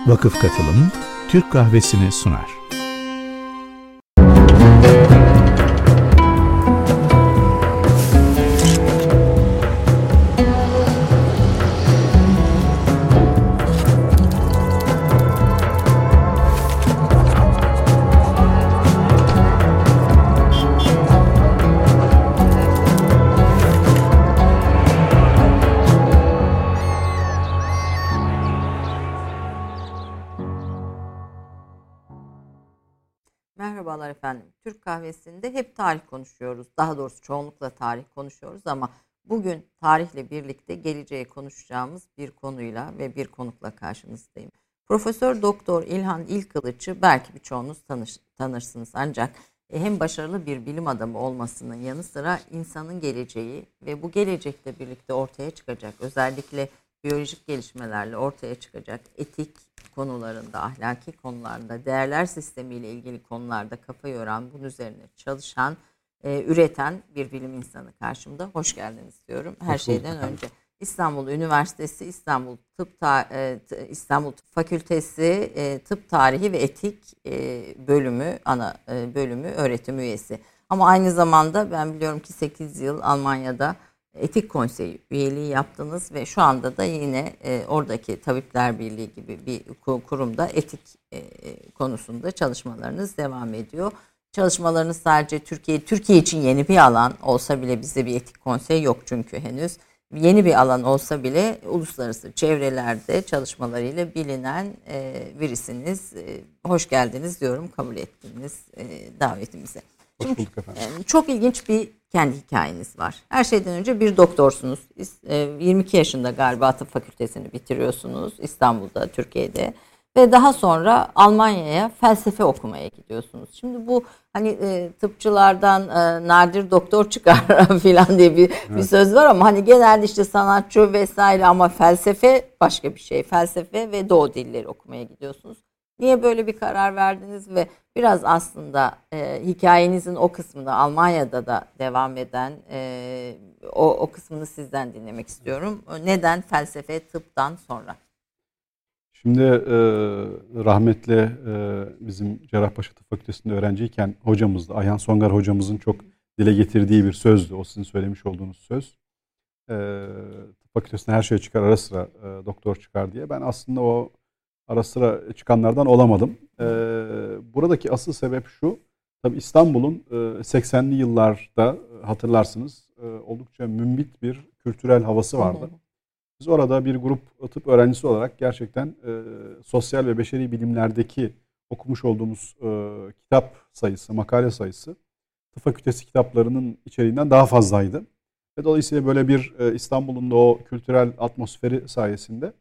Vakıf Katılım Türk Kahvesi'ni sunar. Merhabalar efendim. Türk Kahvesi'nde hep tarih konuşuyoruz. Daha doğrusu çoğunlukla tarih konuşuyoruz ama bugün tarihle birlikte geleceği konuşacağımız bir konuyla ve bir konukla karşınızdayım. Profesör Doktor İlhan İlkılıç'ı belki birçoğunuz tanırsınız. Ancak hem başarılı bir bilim adamı olmasının yanı sıra insanın geleceği ve bu gelecekle birlikte ortaya çıkacak, özellikle biyolojik gelişmelerle ortaya çıkacak etik konularında, ahlaki konularda, değerler sistemiyle ilgili konularda kafa yoran, bunun üzerine çalışan, üreten bir bilim insanı karşımda. Hoş geldiniz diyorum. Her şeyden önce İstanbul Üniversitesi İstanbul Tıp Fakültesi Tıp Tarihi ve Etik bölümü bölümü öğretim üyesi. Ama aynı zamanda ben biliyorum ki 8 yıl Almanya'da Etik Konseyi üyeliği yaptınız ve şu anda da yine oradaki Tabipler Birliği gibi bir kurumda etik konusunda çalışmalarınız devam ediyor. Çalışmalarınız sadece Türkiye için yeni bir alan olsa bile, bizde bir etik konsey yok çünkü henüz. Yeni bir alan olsa bile uluslararası çevrelerde çalışmalarıyla bilinen birisiniz. Hoş geldiniz diyorum, kabul ettiğiniz davetimize. Şimdi, çok ilginç bir kendi hikayeniz var. Her şeyden önce bir doktorsunuz. 22 yaşında galiba tıp fakültesini bitiriyorsunuz İstanbul'da, Türkiye'de. Ve daha sonra Almanya'ya felsefe okumaya gidiyorsunuz. Şimdi bu hani tıpçılardan nadir doktor çıkar falan diye bir söz var ama hani genelde işte sanatçı vesaire, ama felsefe başka bir şey. Felsefe ve Doğu dilleri okumaya gidiyorsunuz. Niye böyle bir karar verdiniz ve biraz aslında hikayenizin o kısmını, Almanya'da da devam eden o kısmını sizden dinlemek istiyorum. Neden felsefe tıptan sonra? Şimdi rahmetli bizim Cerrahpaşa Tıp Fakültesi'nde öğrenciyken hocamızdı. Ayhan Songar hocamızın çok dile getirdiği bir sözdü. O sizin söylemiş olduğunuz söz. Tıp Fakültesi'nde her şey çıkar, ara sıra doktor çıkar diye. Ben aslında o ara sıra çıkanlardan olamadım. Buradaki asıl sebep şu. Tabii İstanbul'un 80'li yıllarda hatırlarsınız oldukça mümbit bir kültürel havası vardı. Biz orada bir grup tıp öğrencisi olarak gerçekten sosyal ve beşeri bilimlerdeki okumuş olduğumuz kitap sayısı, makale sayısı tıp fakültesi kitaplarının içeriğinden daha fazlaydı. Ve dolayısıyla böyle bir İstanbul'un da o kültürel atmosferi sayesinde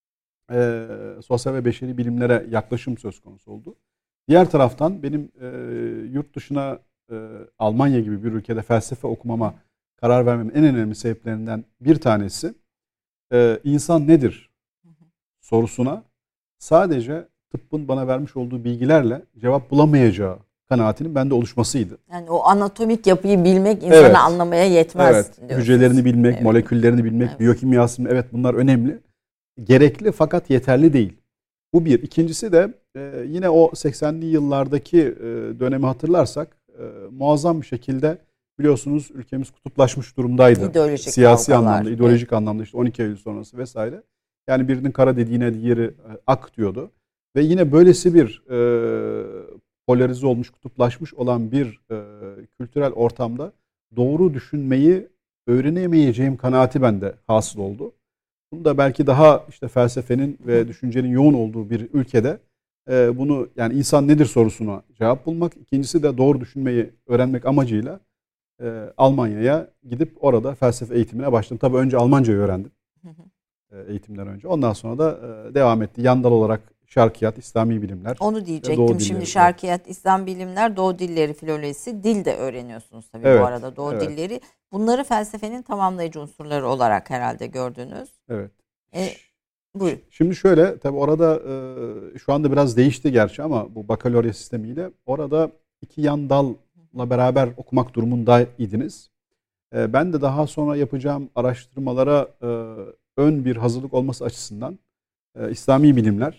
sosyal ve beşeri bilimlere yaklaşım söz konusu oldu. Diğer taraftan benim yurt dışına Almanya gibi bir ülkede felsefe okumama karar vermemin en önemli sebeplerinden bir tanesi insan nedir sorusuna sadece tıbbın bana vermiş olduğu bilgilerle cevap bulamayacağı kanaatinin bende oluşmasıydı. Yani o anatomik yapıyı bilmek insanı anlamaya yetmez. Evet, hücrelerini bilmek, moleküllerini bilmek, biyokimyasını, evet bunlar önemli. Gerekli fakat yeterli değil. Bu bir. İkincisi de yine o 80'li yıllardaki dönemi hatırlarsak muazzam bir şekilde biliyorsunuz ülkemiz kutuplaşmış durumdaydı. İdeolojik siyasi kavgalar, anlamda, ideolojik anlamda işte 12 Eylül sonrası vesaire. Yani birinin kara dediğine diğeri ak diyordu. Ve yine böylesi bir polarize olmuş, kutuplaşmış olan bir kültürel ortamda doğru düşünmeyi öğrenemeyeceğim kanaati bende hasıl oldu. Bunu da belki daha işte felsefenin ve düşüncenin yoğun olduğu bir ülkede bunu, yani insan nedir sorusuna cevap bulmak, ikincisi de doğru düşünmeyi öğrenmek amacıyla Almanya'ya gidip orada felsefe eğitimine başladım. Tabii önce Almancayı öğrendim eğitimden önce. Ondan sonra da devam etti. Yan dal olarak şarkiyat, İslami bilimler. Onu diyecektim. Şimdi şarkiyat, İslam bilimler, Doğu dilleri, filolojisi, dil de öğreniyorsunuz tabii bu arada Doğu dilleri. Bunları felsefenin tamamlayıcı unsurları olarak herhalde gördünüz. Evet. Buyurun. Şimdi şöyle, tabii orada şu anda biraz değişti gerçi ama bu bakalorya sistemiyle orada iki yan dalla beraber okumak durumundaydınız. Ben de daha sonra yapacağım araştırmalara ön bir hazırlık olması açısından İslami bilimler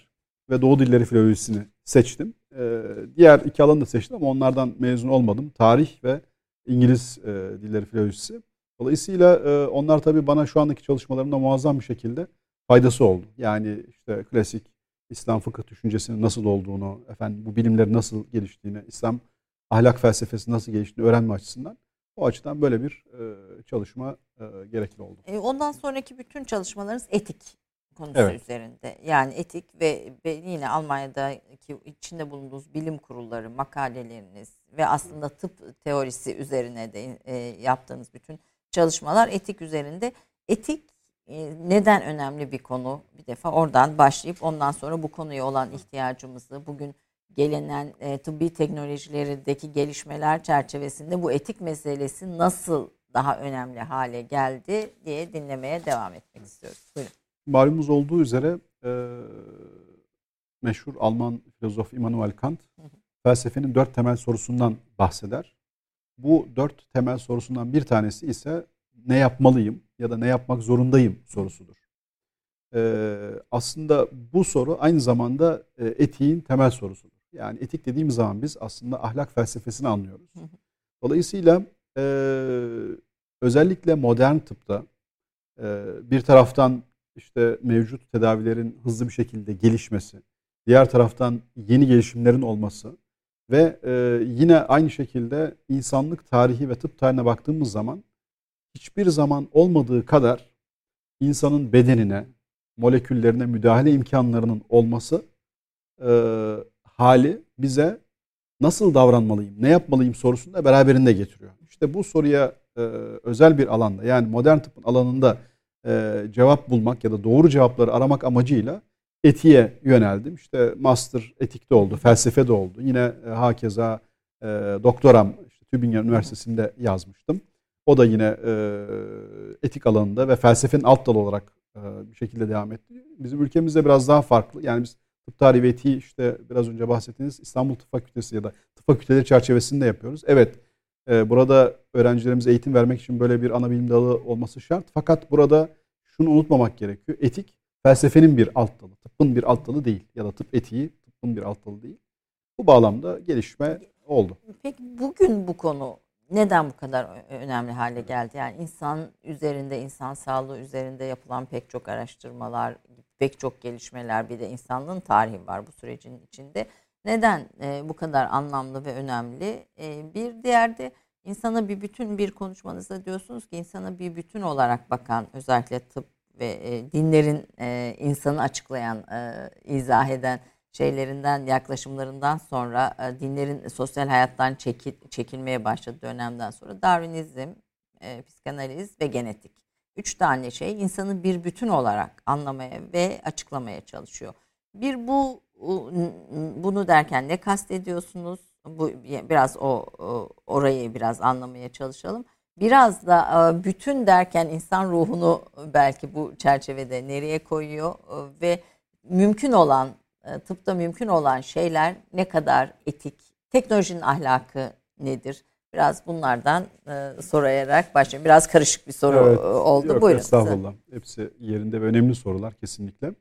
ve Doğu Dilleri Filolojisi'ni seçtim. Diğer 2 alanı da seçtim ama onlardan mezun olmadım. Tarih ve İngiliz Dilleri Filolojisi. Dolayısıyla onlar tabii bana şu andaki çalışmalarımda muazzam bir şekilde faydası oldu. Yani işte klasik İslam fıkıh düşüncesinin nasıl olduğunu, bu bilimlerin nasıl geliştiğini, İslam ahlak felsefesi nasıl geliştiğini öğrenme açısından, o açıdan böyle bir çalışma gerekli oldu. Ondan sonraki bütün çalışmalarınız etik konusu Evet. üzerinde. Yani etik ve yine Almanya'daki içinde bulunduğunuz bilim kurulları, makaleleriniz ve aslında tıp teorisi üzerine de yaptığınız bütün çalışmalar etik üzerinde. Etik neden önemli bir konu? Bir defa oradan başlayıp ondan sonra bu konuya olan ihtiyacımızı, bugün gelinen tıbbi teknolojilerindeki gelişmeler çerçevesinde bu etik meselesi nasıl daha önemli hale geldi diye dinlemeye devam etmek istiyoruz. Buyurun. Malumunuz olduğu üzere meşhur Alman filozof Immanuel Kant felsefenin 4 temel sorusundan bahseder. Bu 4 temel sorusundan bir tanesi ise ne yapmalıyım ya da ne yapmak zorundayım sorusudur. Aslında bu soru aynı zamanda etiğin temel sorusudur. Yani etik dediğimiz zaman biz aslında ahlak felsefesini anlıyoruz. Dolayısıyla özellikle modern tıpta bir taraftan işte mevcut tedavilerin hızlı bir şekilde gelişmesi, diğer taraftan yeni gelişimlerin olması ve yine aynı şekilde insanlık tarihi ve tıp tarihine baktığımız zaman hiçbir zaman olmadığı kadar insanın bedenine, moleküllerine müdahale imkanlarının olması hali bize nasıl davranmalıyım, ne yapmalıyım sorusunu da beraberinde getiriyor. İşte bu soruya özel bir alanda, yani modern tıbbın alanında cevap bulmak ya da doğru cevapları aramak amacıyla etiğe yöneldim. İşte master etikte oldu, felsefede oldu. Yine hakeza doktoram işte Tübingen Üniversitesi'nde yazmıştım. O da yine etik alanında ve felsefenin alt dalı olarak bir şekilde devam etti. Bizim ülkemizde biraz daha farklı. Yani biz tıp tarihi ve etiği işte biraz önce bahsettiğiniz İstanbul Tıp Fakültesi ya da tıp fakülteleri çerçevesinde yapıyoruz. Evet, burada öğrencilerimize eğitim vermek için böyle bir ana bilim dalı olması şart. Fakat burada şunu unutmamak gerekiyor. Etik felsefenin bir alt dalı, tıbbın bir alt dalı değil. Ya da tıp etiği tıbbın bir alt dalı değil. Bu bağlamda gelişme oldu. Peki bugün bu konu neden bu kadar önemli hale geldi? Yani insan üzerinde, insan sağlığı üzerinde yapılan pek çok araştırmalar, pek çok gelişmeler, bir de insanlığın tarihi var bu sürecin içinde. Neden bu kadar anlamlı ve önemli? Bir diğer de insana bir bütün, bir konuşmanızda diyorsunuz ki insana bir bütün olarak bakan, özellikle tıp ve dinlerin insanı açıklayan, izah eden şeylerinden, yaklaşımlarından sonra dinlerin sosyal hayattan çekilmeye başladığı dönemden sonra Darwinizm, psikanaliz ve genetik. 3 tane şey insanı bir bütün olarak anlamaya ve açıklamaya çalışıyor. Bunu derken ne kastediyorsunuz? Bu biraz orayı biraz anlamaya çalışalım. Biraz da bütün derken insan ruhunu belki bu çerçevede nereye koyuyor ve mümkün olan, tıpta mümkün olan şeyler ne kadar etik, teknolojinin ahlakı nedir? Biraz bunlardan sorayarak başlayayım. Biraz karışık bir soru oldu. Yok, Buyurun. estağfurullah. Hepsi yerinde ve önemli sorular kesinlikle.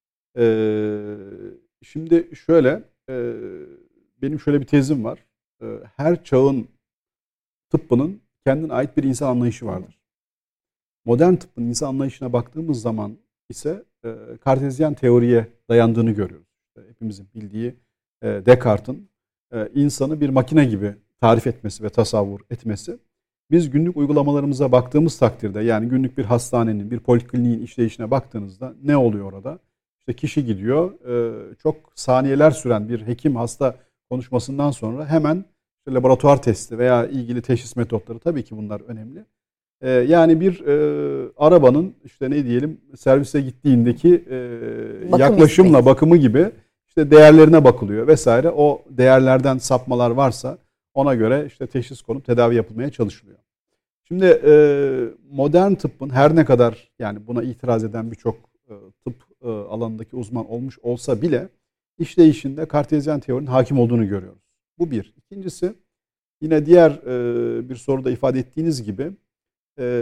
Şimdi şöyle, benim şöyle bir tezim var. Her çağın tıbbının kendine ait bir insan anlayışı vardır. Modern tıbbın insan anlayışına baktığımız zaman ise Kartezyen teoriye dayandığını görüyoruz. Hepimizin bildiği Descartes'in insanı bir makine gibi tarif etmesi ve tasavvur etmesi. Biz günlük uygulamalarımıza baktığımız takdirde, yani günlük bir hastanenin, bir polikliniğin işleyişine baktığınızda ne oluyor orada? İşte kişi gidiyor, çok saniyeler süren bir hekim hasta konuşmasından sonra hemen laboratuvar testi veya ilgili teşhis metotları, tabii ki bunlar önemli. Yani bir arabanın işte ne diyelim servise gittiğindeki yaklaşımla bakımı gibi işte değerlerine bakılıyor vesaire. O değerlerden sapmalar varsa ona göre işte teşhis konup tedavi yapılmaya çalışılıyor. Şimdi modern tıbbın her ne kadar yani buna itiraz eden birçok tıp alanındaki uzman olmuş olsa bile işleyişinde Kartezyen teorinin hakim olduğunu görüyoruz. Bu bir. İkincisi, yine diğer bir soruda ifade ettiğiniz gibi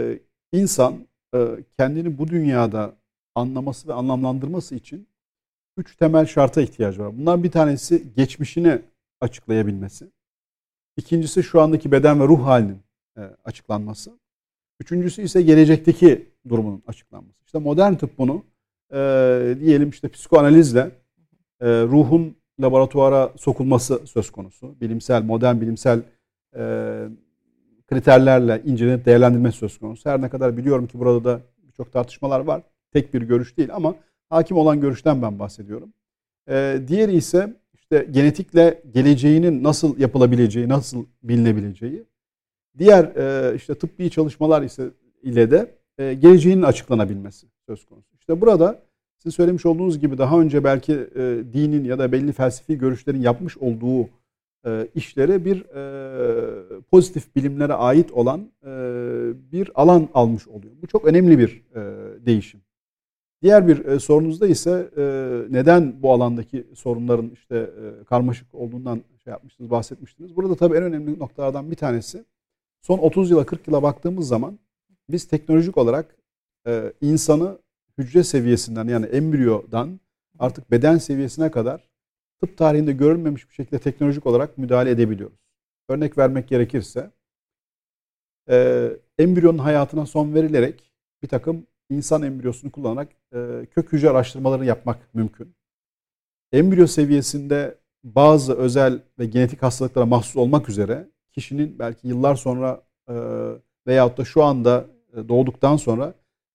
insan kendini bu dünyada anlaması ve anlamlandırması için 3 temel şarta ihtiyacı var. Bundan bir tanesi geçmişini açıklayabilmesi. İkincisi şu andaki beden ve ruh halinin açıklanması. Üçüncüsü ise gelecekteki durumunun açıklanması. İşte modern tıp bunu diyelim işte psikoanalizle ruhun laboratuvara sokulması söz konusu. Bilimsel, modern bilimsel kriterlerle incelenip değerlendirmesi söz konusu. Her ne kadar biliyorum ki burada da birçok tartışmalar var. Tek bir görüş değil ama hakim olan görüşten ben bahsediyorum. Diğeri ise işte genetikle geleceğinin nasıl yapılabileceği, nasıl bilinebileceği. Diğer işte tıbbi çalışmalar ile de geleceğinin açıklanabilmesi söz konusu. İşte burada sizin söylemiş olduğunuz gibi daha önce belki dinin ya da belli felsefi görüşlerin yapmış olduğu işleri bir pozitif bilimlere ait olan bir alan almış oluyor. Bu çok önemli bir değişim. Diğer bir sorunuzda ise neden bu alandaki sorunların işte karmaşık olduğundan bahsetmiştiniz. Burada tabii en önemli noktalardan bir tanesi son 30 yıla 40 yıla baktığımız zaman biz teknolojik olarak insanı hücre seviyesinden yani embriyodan artık beden seviyesine kadar tıp tarihinde görülmemiş bir şekilde teknolojik olarak müdahale edebiliyoruz. Örnek vermek gerekirse embriyonun hayatına son verilerek bir takım insan embriyosunu kullanarak kök hücre araştırmaları yapmak mümkün. Embriyo seviyesinde bazı özel ve genetik hastalıklara mahsus olmak üzere kişinin belki yıllar sonra veyahut da şu anda doğduktan sonra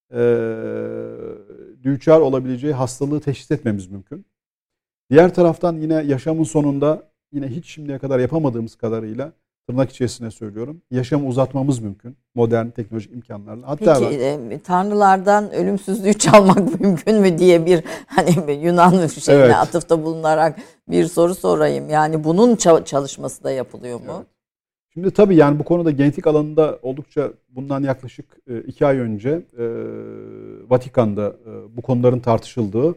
düçar olabileceği hastalığı teşhis etmemiz mümkün. Diğer taraftan yine yaşamın sonunda yine hiç şimdiye kadar yapamadığımız kadarıyla tırnak içerisine söylüyorum. Yaşamı uzatmamız mümkün. Modern teknolojik imkanlarla. Hatta peki tanrılardan ölümsüzlüğü çalmak mümkün mü diye bir hani Yunan şeyine evet, atıfta bulunarak bir soru sorayım. Yani bunun çalışması da yapılıyor mu? Evet. Şimdi tabii yani bu konuda genetik alanında oldukça bundan yaklaşık 2 ay önce Vatikan'da bu konuların tartışıldığı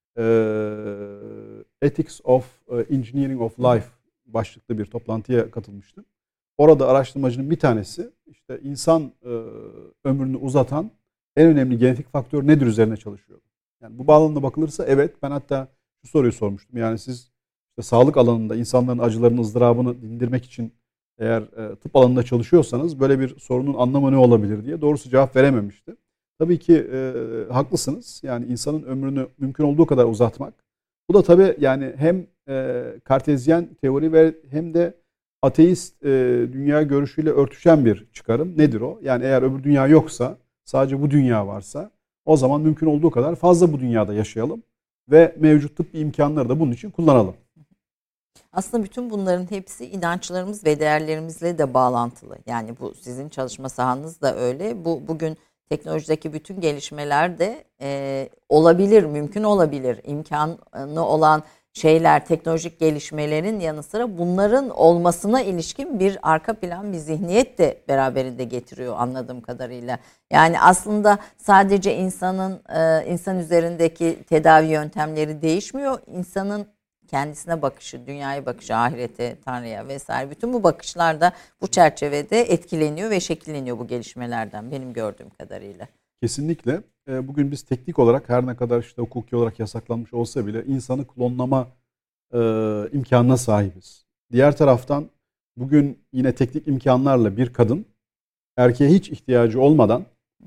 Ethics of Engineering of Life başlıklı bir toplantıya katılmıştım. Orada araştırmacının bir tanesi işte insan ömrünü uzatan en önemli genetik faktör nedir üzerine çalışıyor. Yani bu bağlamda bakılırsa evet, ben hatta şu soruyu sormuştum. Yani siz işte sağlık alanında insanların acılarını, ızdırabını dindirmek için eğer tıp alanında çalışıyorsanız böyle bir sorunun anlamı ne olabilir diye doğrusu cevap verememişti. Tabii ki haklısınız. Yani insanın ömrünü mümkün olduğu kadar uzatmak. Bu da tabii yani hem kartezyen teori ve hem de ateist dünya görüşüyle örtüşen bir çıkarım. Nedir o? Yani eğer öbür dünya yoksa, sadece bu dünya varsa o zaman mümkün olduğu kadar fazla bu dünyada yaşayalım ve mevcut tıbbi imkanları da bunun için kullanalım. Aslında bütün bunların hepsi inançlarımız ve değerlerimizle de bağlantılı. Yani bu sizin çalışma sahanız da öyle. Bugün teknolojideki bütün gelişmeler de olabilir, mümkün olabilir. İmkanı olan şeyler, teknolojik gelişmelerin yanı sıra bunların olmasına ilişkin bir arka plan, bir zihniyet de beraberinde getiriyor anladığım kadarıyla. Yani aslında sadece insan üzerindeki tedavi yöntemleri değişmiyor. İnsanın kendisine bakışı, dünyaya bakışı, ahirete, Tanrı'ya vesaire bütün bu bakışlar da bu çerçevede etkileniyor ve şekilleniyor bu gelişmelerden benim gördüğüm kadarıyla. Kesinlikle. Bugün biz teknik olarak her ne kadar işte hukuki olarak yasaklanmış olsa bile insanı klonlama imkanına sahibiz. Diğer taraftan bugün yine teknik imkanlarla bir kadın erkeğe hiç ihtiyacı olmadan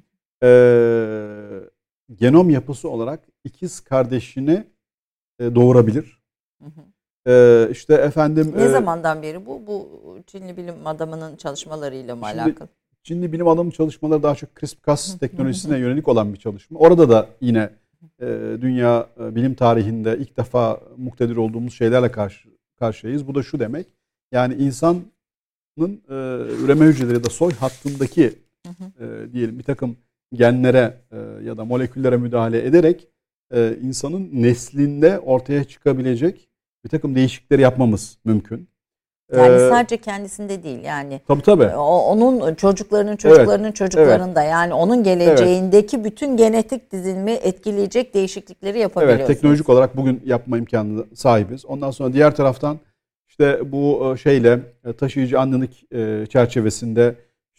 genom yapısı olarak ikiz kardeşini doğurabilir. İşte efendim ne zamandan beri bu Çinli bilim adamının çalışmalarıyla mı alakalı? Çinli bilim adamı çalışmaları daha çok CRISPR-Cas teknolojisine yönelik olan bir çalışma. Orada da yine dünya bilim tarihinde ilk defa muktedir olduğumuz şeylerle karşıyayız. Bu da şu demek. Yani insanın üreme hücreleri ya da soy hattındaki diyelim bir takım genlere ya da moleküllere müdahale ederek insanın neslinde ortaya çıkabilecek bir takım değişiklikleri yapmamız mümkün. Yani sadece kendisinde değil yani. Tabii. Onun çocuklarının evet, çocuklarında evet. Yani onun geleceğindeki bütün genetik dizilimi etkileyecek değişiklikleri yapabiliyorsunuz. Evet, teknolojik olarak bugün yapma imkanına sahibiz. Ondan sonra diğer taraftan işte bu taşıyıcı annelik çerçevesinde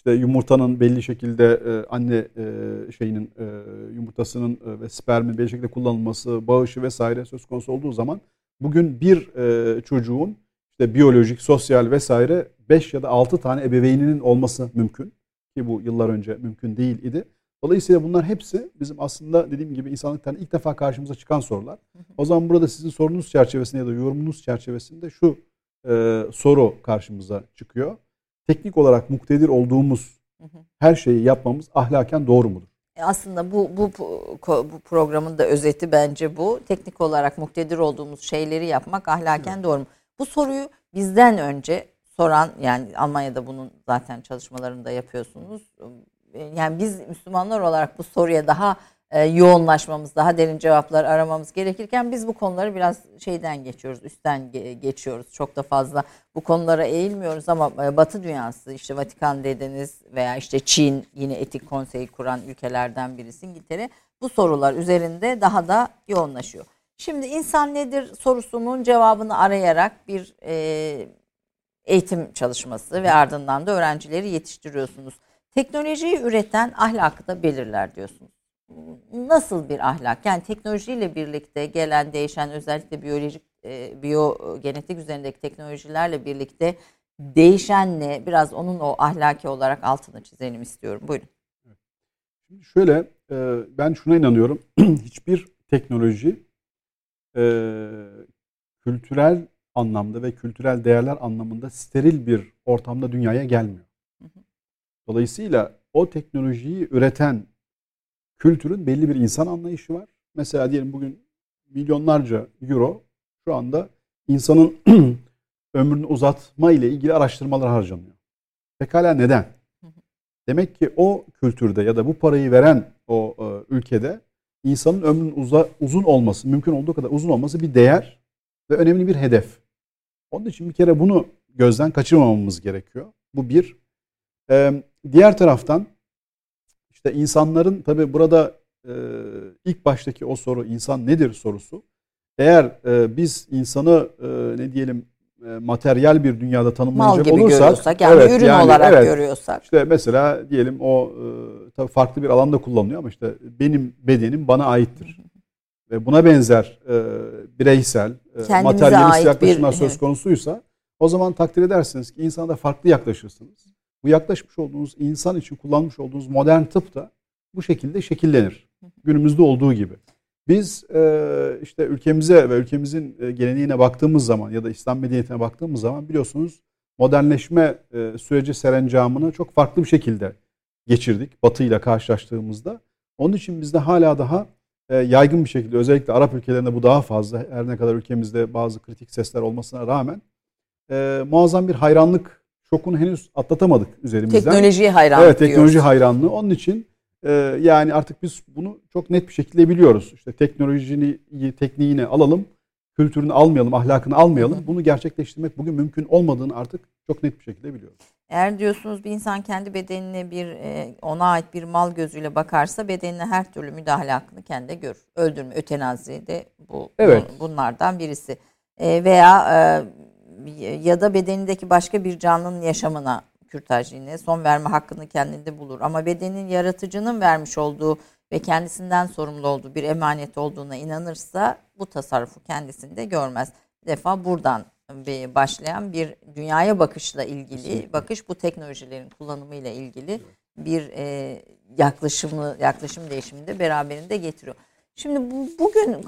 işte yumurtanın belli şekilde anne şeyinin yumurtasının ve spermin belli şekilde kullanılması, bağışı vesaire söz konusu olduğu zaman bugün bir çocuğun işte biyolojik, sosyal vesaire 5 ya da 6 tane ebeveyninin olması mümkün. Ki bu yıllar önce mümkün değil idi. Dolayısıyla bunlar hepsi bizim aslında dediğim gibi insanlıktan ilk defa karşımıza çıkan sorular. O zaman burada sizin sorunuz çerçevesinde ya da yorumunuz çerçevesinde şu soru karşımıza çıkıyor. Teknik olarak muktedir olduğumuz her şeyi yapmamız ahlaken doğru mudur? Aslında bu programın da özeti bence bu. Teknik olarak muktedir olduğumuz şeyleri yapmak ahlaken doğru mu? Bu soruyu bizden önce soran, yani Almanya'da bunun zaten çalışmalarını da yapıyorsunuz. Yani biz Müslümanlar olarak bu soruya daha yoğunlaşmamız, daha derin cevaplar aramamız gerekirken biz bu konuları biraz şeyden geçiyoruz, üstten geçiyoruz. Çok da fazla bu konulara eğilmiyoruz ama Batı dünyası, işte Vatikan dediniz veya işte Çin, yine etik konseyi kuran ülkelerden birisi İngiltere, bu sorular üzerinde daha da yoğunlaşıyor. Şimdi insan nedir sorusunun cevabını arayarak bir eğitim çalışması ve ardından da öğrencileri yetiştiriyorsunuz. Teknolojiyi üreten ahlakı da belirler diyorsunuz. Nasıl bir ahlak? Yani teknolojiyle birlikte gelen, değişen, özellikle biyogenetik üzerindeki teknolojilerle birlikte değişen ne? Biraz onun o ahlaki olarak altını çizelim istiyorum. Buyurun. Şimdi şöyle, ben şuna inanıyorum. Hiçbir teknoloji kültürel anlamda ve kültürel değerler anlamında steril bir ortamda dünyaya gelmiyor. Dolayısıyla o teknolojiyi üreten kültürün belli bir insan anlayışı var. Mesela diyelim bugün milyonlarca euro şu anda insanın ömrünü uzatma ile ilgili araştırmalar harcanıyor. Pekala neden? Demek ki o kültürde ya da bu parayı veren o ülkede insanın ömrünün uzun olması, mümkün olduğu kadar uzun olması bir değer ve önemli bir hedef. Onun için bir kere bunu gözden kaçırmamamız gerekiyor. Bu bir. Diğer taraftan işte insanların tabii burada ilk baştaki o soru, insan nedir sorusu. Eğer biz insanı ne diyelim materyal bir dünyada tanımlayacak mal gibi olursak, görüyorsak, yani evet, ürün olarak görüyorsak. İşte mesela diyelim o tabii farklı bir alanda kullanılıyor ama işte benim bedenim bana aittir. Ve buna benzer bireysel, materyalist yaklaşımlar söz konusuysa o zaman takdir edersiniz ki insana da farklı yaklaşırsınız. Bu yaklaşmış olduğunuz, insan için kullanmış olduğunuz modern tıp da bu şekilde şekillenir. Günümüzde olduğu gibi. Biz işte ülkemize ve ülkemizin geleneğine baktığımız zaman ya da İslam medeniyetine baktığımız zaman biliyorsunuz modernleşme süreci serencamını çok farklı bir şekilde geçirdik Batı ile karşılaştığımızda. Onun için bizde hala daha yaygın bir şekilde, özellikle Arap ülkelerinde bu daha fazla, her ne kadar ülkemizde bazı kritik sesler olmasına rağmen muazzam bir hayranlık şokunu henüz atlatamadık üzerimizden. Teknolojiye hayranlık Evet, teknoloji hayranlığı. Onun için yani artık biz bunu çok net bir şekilde biliyoruz. İşte tekniğini alalım, kültürünü almayalım, ahlakını almayalım. Bunu gerçekleştirmek bugün mümkün olmadığını artık çok net bir şekilde biliyoruz. Eğer diyorsunuz bir insan kendi bedenine ona ait bir mal gözüyle bakarsa bedenine her türlü müdahale hakkını kendi görür. Öldürme, ötenazi de bunlardan birisi. Veya ya da bedenindeki başka bir canlının yaşamına, kürtaj yine, son verme hakkını kendinde bulur. Ama bedenin yaratıcının vermiş olduğu ve kendisinden sorumlu olduğu bir emanet olduğuna inanırsa bu tasarrufu kendisinde görmez. Bir defa buradan başlayan bir dünyaya bakışla ilgili bakış, bu teknolojilerin kullanımıyla ilgili bir yaklaşım değişimini de beraberinde getiriyor. Şimdi bugün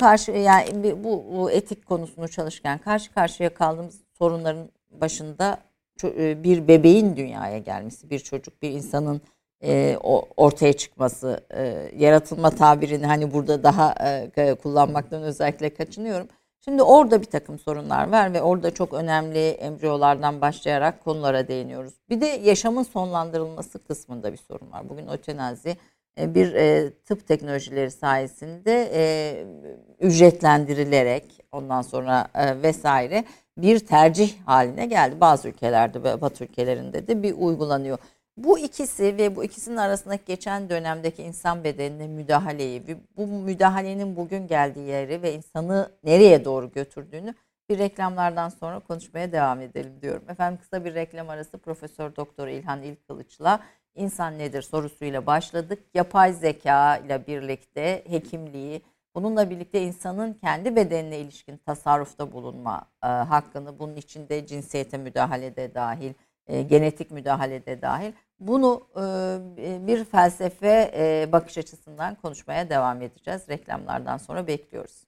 bu etik konusunu çalışırken karşı karşıya kaldığımız sorunların başında bir bebeğin dünyaya gelmesi, bir çocuk, bir insanın ortaya çıkması, yaratılma tabirini hani burada daha kullanmaktan özellikle kaçınıyorum. Şimdi orada bir takım sorunlar var ve orada çok önemli embriyolardan başlayarak konulara değiniyoruz. Bir de yaşamın sonlandırılması kısmında bir sorun var. Bugün ötenazi bir tıp teknolojileri sayesinde ücretlendirilerek ondan sonra vesaire bir tercih haline geldi. Bazı ülkelerde ve Batı ülkelerinde de bir uygulanıyor. Bu ikisi ve bu ikisinin arasındaki geçen dönemdeki insan bedenine müdahaleyi, bu müdahalenin bugün geldiği yeri ve insanı nereye doğru götürdüğünü bir reklamlardan sonra konuşmaya devam edelim diyorum. Efendim, kısa bir reklam arası Profesör Doktor İlhan İlkılıç'la insan nedir sorusuyla başladık. Yapay zeka ile birlikte hekimliği, bununla birlikte insanın kendi bedenine ilişkin tasarrufta bulunma hakkını, bunun içinde cinsiyete müdahale de dahil, genetik müdahale de dahil, bunu bir felsefe bakış açısından konuşmaya devam edeceğiz. Reklamlardan sonra bekliyoruz.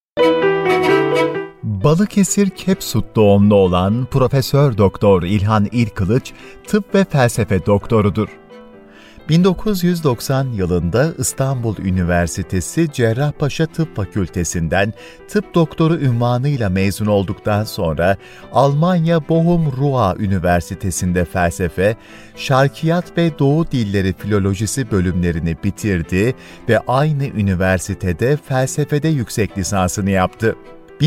Balıkesir Kepsut doğumlu olan Profesör Doktor İlhan İlkılıç, tıp ve felsefe doktorudur. 1990 yılında İstanbul Üniversitesi Cerrahpaşa Tıp Fakültesinden tıp doktoru unvanıyla mezun olduktan sonra Almanya Bochum-Ruhr Üniversitesi'nde felsefe, şarkiyat ve Doğu dilleri filolojisi bölümlerini bitirdi ve aynı üniversitede felsefede yüksek lisansını yaptı.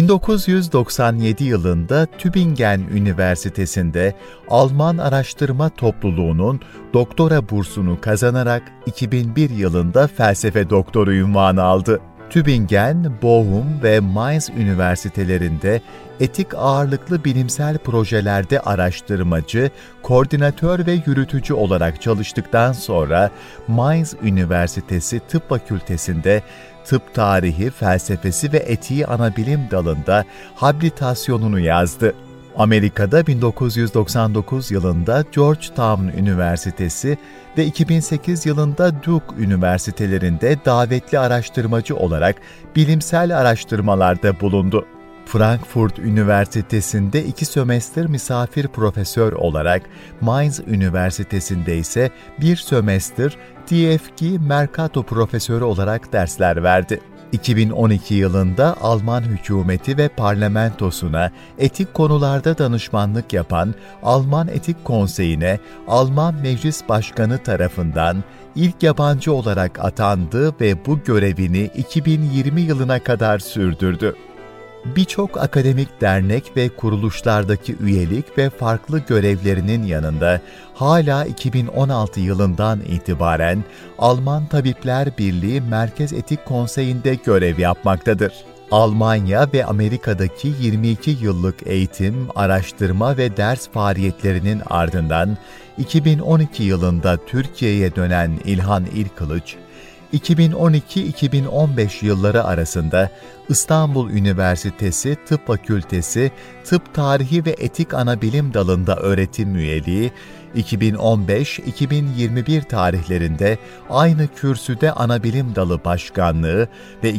1997 yılında Tübingen Üniversitesi'nde Alman Araştırma Topluluğu'nun doktora bursunu kazanarak 2001 yılında felsefe doktoru unvanı aldı. Tübingen, Bochum ve Mainz üniversitelerinde etik ağırlıklı bilimsel projelerde araştırmacı, koordinatör ve yürütücü olarak çalıştıktan sonra Mainz Üniversitesi Tıp Fakültesi'nde tıp tarihi, felsefesi ve etiği anabilim dalında habilitasyonunu yazdı. Amerika'da 1999 yılında Georgetown Üniversitesi ve 2008 yılında Duke Üniversitelerinde davetli araştırmacı olarak bilimsel araştırmalarda bulundu. Frankfurt Üniversitesi'nde 2 sömestr misafir profesör olarak, Mainz Üniversitesi'nde ise 1 sömestr TFG Mercato profesörü olarak dersler verdi. 2012 yılında Alman hükümeti ve parlamentosuna etik konularda danışmanlık yapan Alman Etik Konseyi'ne Alman Meclis Başkanı tarafından ilk yabancı olarak atandı ve bu görevini 2020 yılına kadar sürdürdü. Birçok akademik dernek ve kuruluşlardaki üyelik ve farklı görevlerinin yanında hala 2016 yılından itibaren Alman Tabipler Birliği Merkez Etik Konseyi'nde görev yapmaktadır. Almanya ve Amerika'daki 22 yıllık eğitim, araştırma ve ders faaliyetlerinin ardından 2012 yılında Türkiye'ye dönen İlhan İlkılıç, 2012-2015 yılları arasında İstanbul Üniversitesi Tıp Fakültesi Tıp Tarihi ve Etik Anabilim dalında öğretim üyeliği, 2015-2021 tarihlerinde aynı kürsüde Anabilim Dalı Başkanlığı ve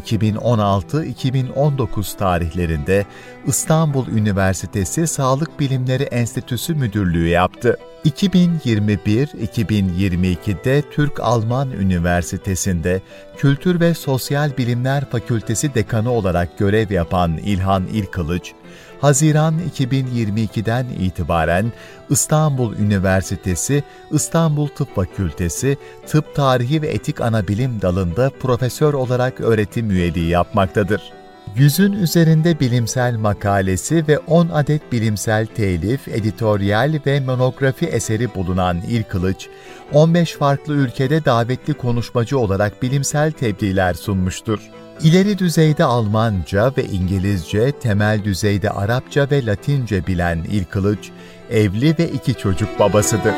2016-2019 tarihlerinde İstanbul Üniversitesi Sağlık Bilimleri Enstitüsü Müdürlüğü yaptı. 2021-2022'de Türk-Alman Üniversitesi'nde Kültür ve Sosyal Bilimler Fakültesi Dekanı olarak görev yapan İlhan İlkılıç, Haziran 2022'den itibaren İstanbul Üniversitesi İstanbul Tıp Fakültesi Tıp Tarihi ve Etik Anabilim dalında profesör olarak öğretim üyeliği yapmaktadır. 100'ün üzerinde bilimsel makalesi ve 10 adet bilimsel telif, editoryal ve monografi eseri bulunan İlkılıç, 15 farklı ülkede davetli konuşmacı olarak bilimsel tebliğler sunmuştur. İleri düzeyde Almanca ve İngilizce, temel düzeyde Arapça ve Latince bilen İlkılıç, evli ve 2 çocuk babasıdır.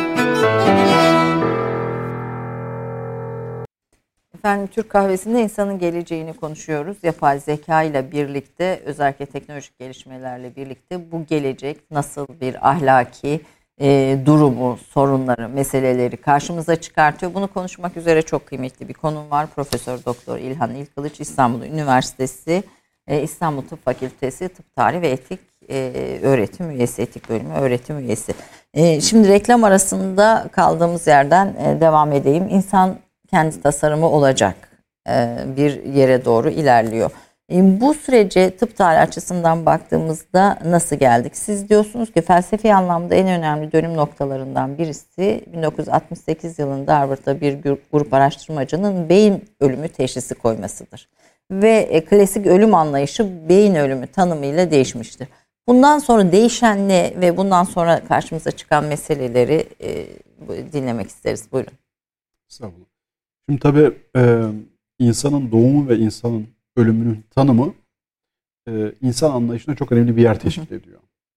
Efendim, Türk Kahvesi'nde insanın geleceğini konuşuyoruz. Yapay zeka ile birlikte, özellikle teknolojik gelişmelerle birlikte bu gelecek nasıl bir ahlaki durumu, sorunları, meseleleri karşımıza çıkartıyor. Bunu konuşmak üzere çok kıymetli bir konum var. Profesör Doktor İlhan İlkılıç, İstanbul Üniversitesi İstanbul Tıp Fakültesi Tıp Tarihi ve Etik öğretim üyesi, etik bölümü öğretim üyesi. Şimdi reklam arasında kaldığımız yerden devam edeyim. İnsan kendi tasarımı olacak bir yere doğru ilerliyor. Bu sürece tıp tarihi açısından baktığımızda nasıl geldik? Siz diyorsunuz ki felsefi anlamda en önemli dönüm noktalarından birisi 1968 yılında Harvard'da bir grup araştırmacının beyin ölümü teşhisi koymasıdır. Ve klasik ölüm anlayışı beyin ölümü tanımıyla değişmiştir. Bundan sonra değişen ne ve bundan sonra karşımıza çıkan meseleleri dinlemek isteriz. Buyurun. Estağfurullah. Şimdi tabii insanın doğumu ve insanın ölümünün tanımı insan anlayışına çok önemli bir yer teşkil ediyor.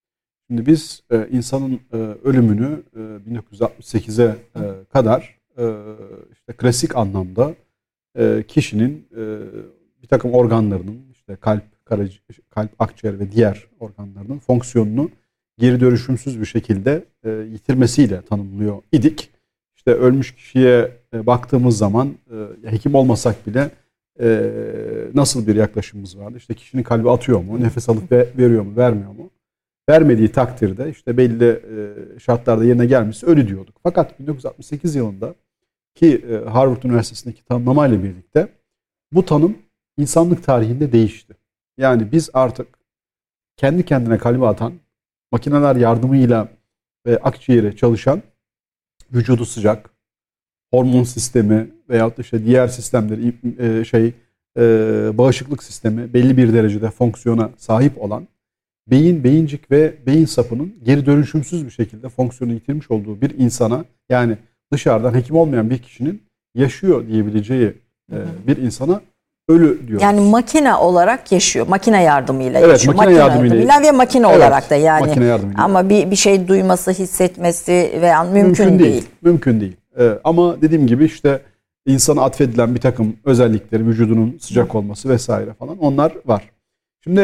Şimdi biz insanın ölümünü 1968'e kadar işte klasik anlamda kişinin bir takım organlarının, işte kalp, akciğer ve diğer organlarının fonksiyonunu geri dönüşümsüz bir şekilde yitirmesiyle tanımlıyor idik. İşte ölmüş kişiye baktığımız zaman hekim olmasak bile nasıl bir yaklaşımımız vardı? İşte kişinin kalbi atıyor mu? Nefes alıp veriyor mu? Vermiyor mu? Vermediği takdirde işte belli şartlarda yerine gelmişse ölü diyorduk. Fakat 1968 yılında ki Harvard Üniversitesi'ndeki tanımlamayla birlikte bu tanım insanlık tarihinde değişti. Yani biz artık kendi kendine kalbi atan, makineler yardımıyla ve akciğeri çalışan, vücudu sıcak, hormon sistemi veyahut da işte diğer sistemleri, bağışıklık sistemi belli bir derecede fonksiyona sahip olan, beyin, beyincik ve beyin sapının geri dönüşümsüz bir şekilde fonksiyonu yitirmiş olduğu bir insana, yani dışarıdan hekim olmayan bir kişinin yaşıyor diyebileceği bir insana ölü diyoruz. Yani makine olarak yaşıyor. Makine yardımıyla evet, yaşıyor. Makine yardımıyla ve makine evet, olarak da yani. Makine yardımıyla. Ama bir şey duyması, hissetmesi veya mümkün değil. Mümkün değil. Ama dediğim gibi işte insana atfedilen bir takım özellikleri, vücudunun sıcak olması vesaire falan, onlar var. Şimdi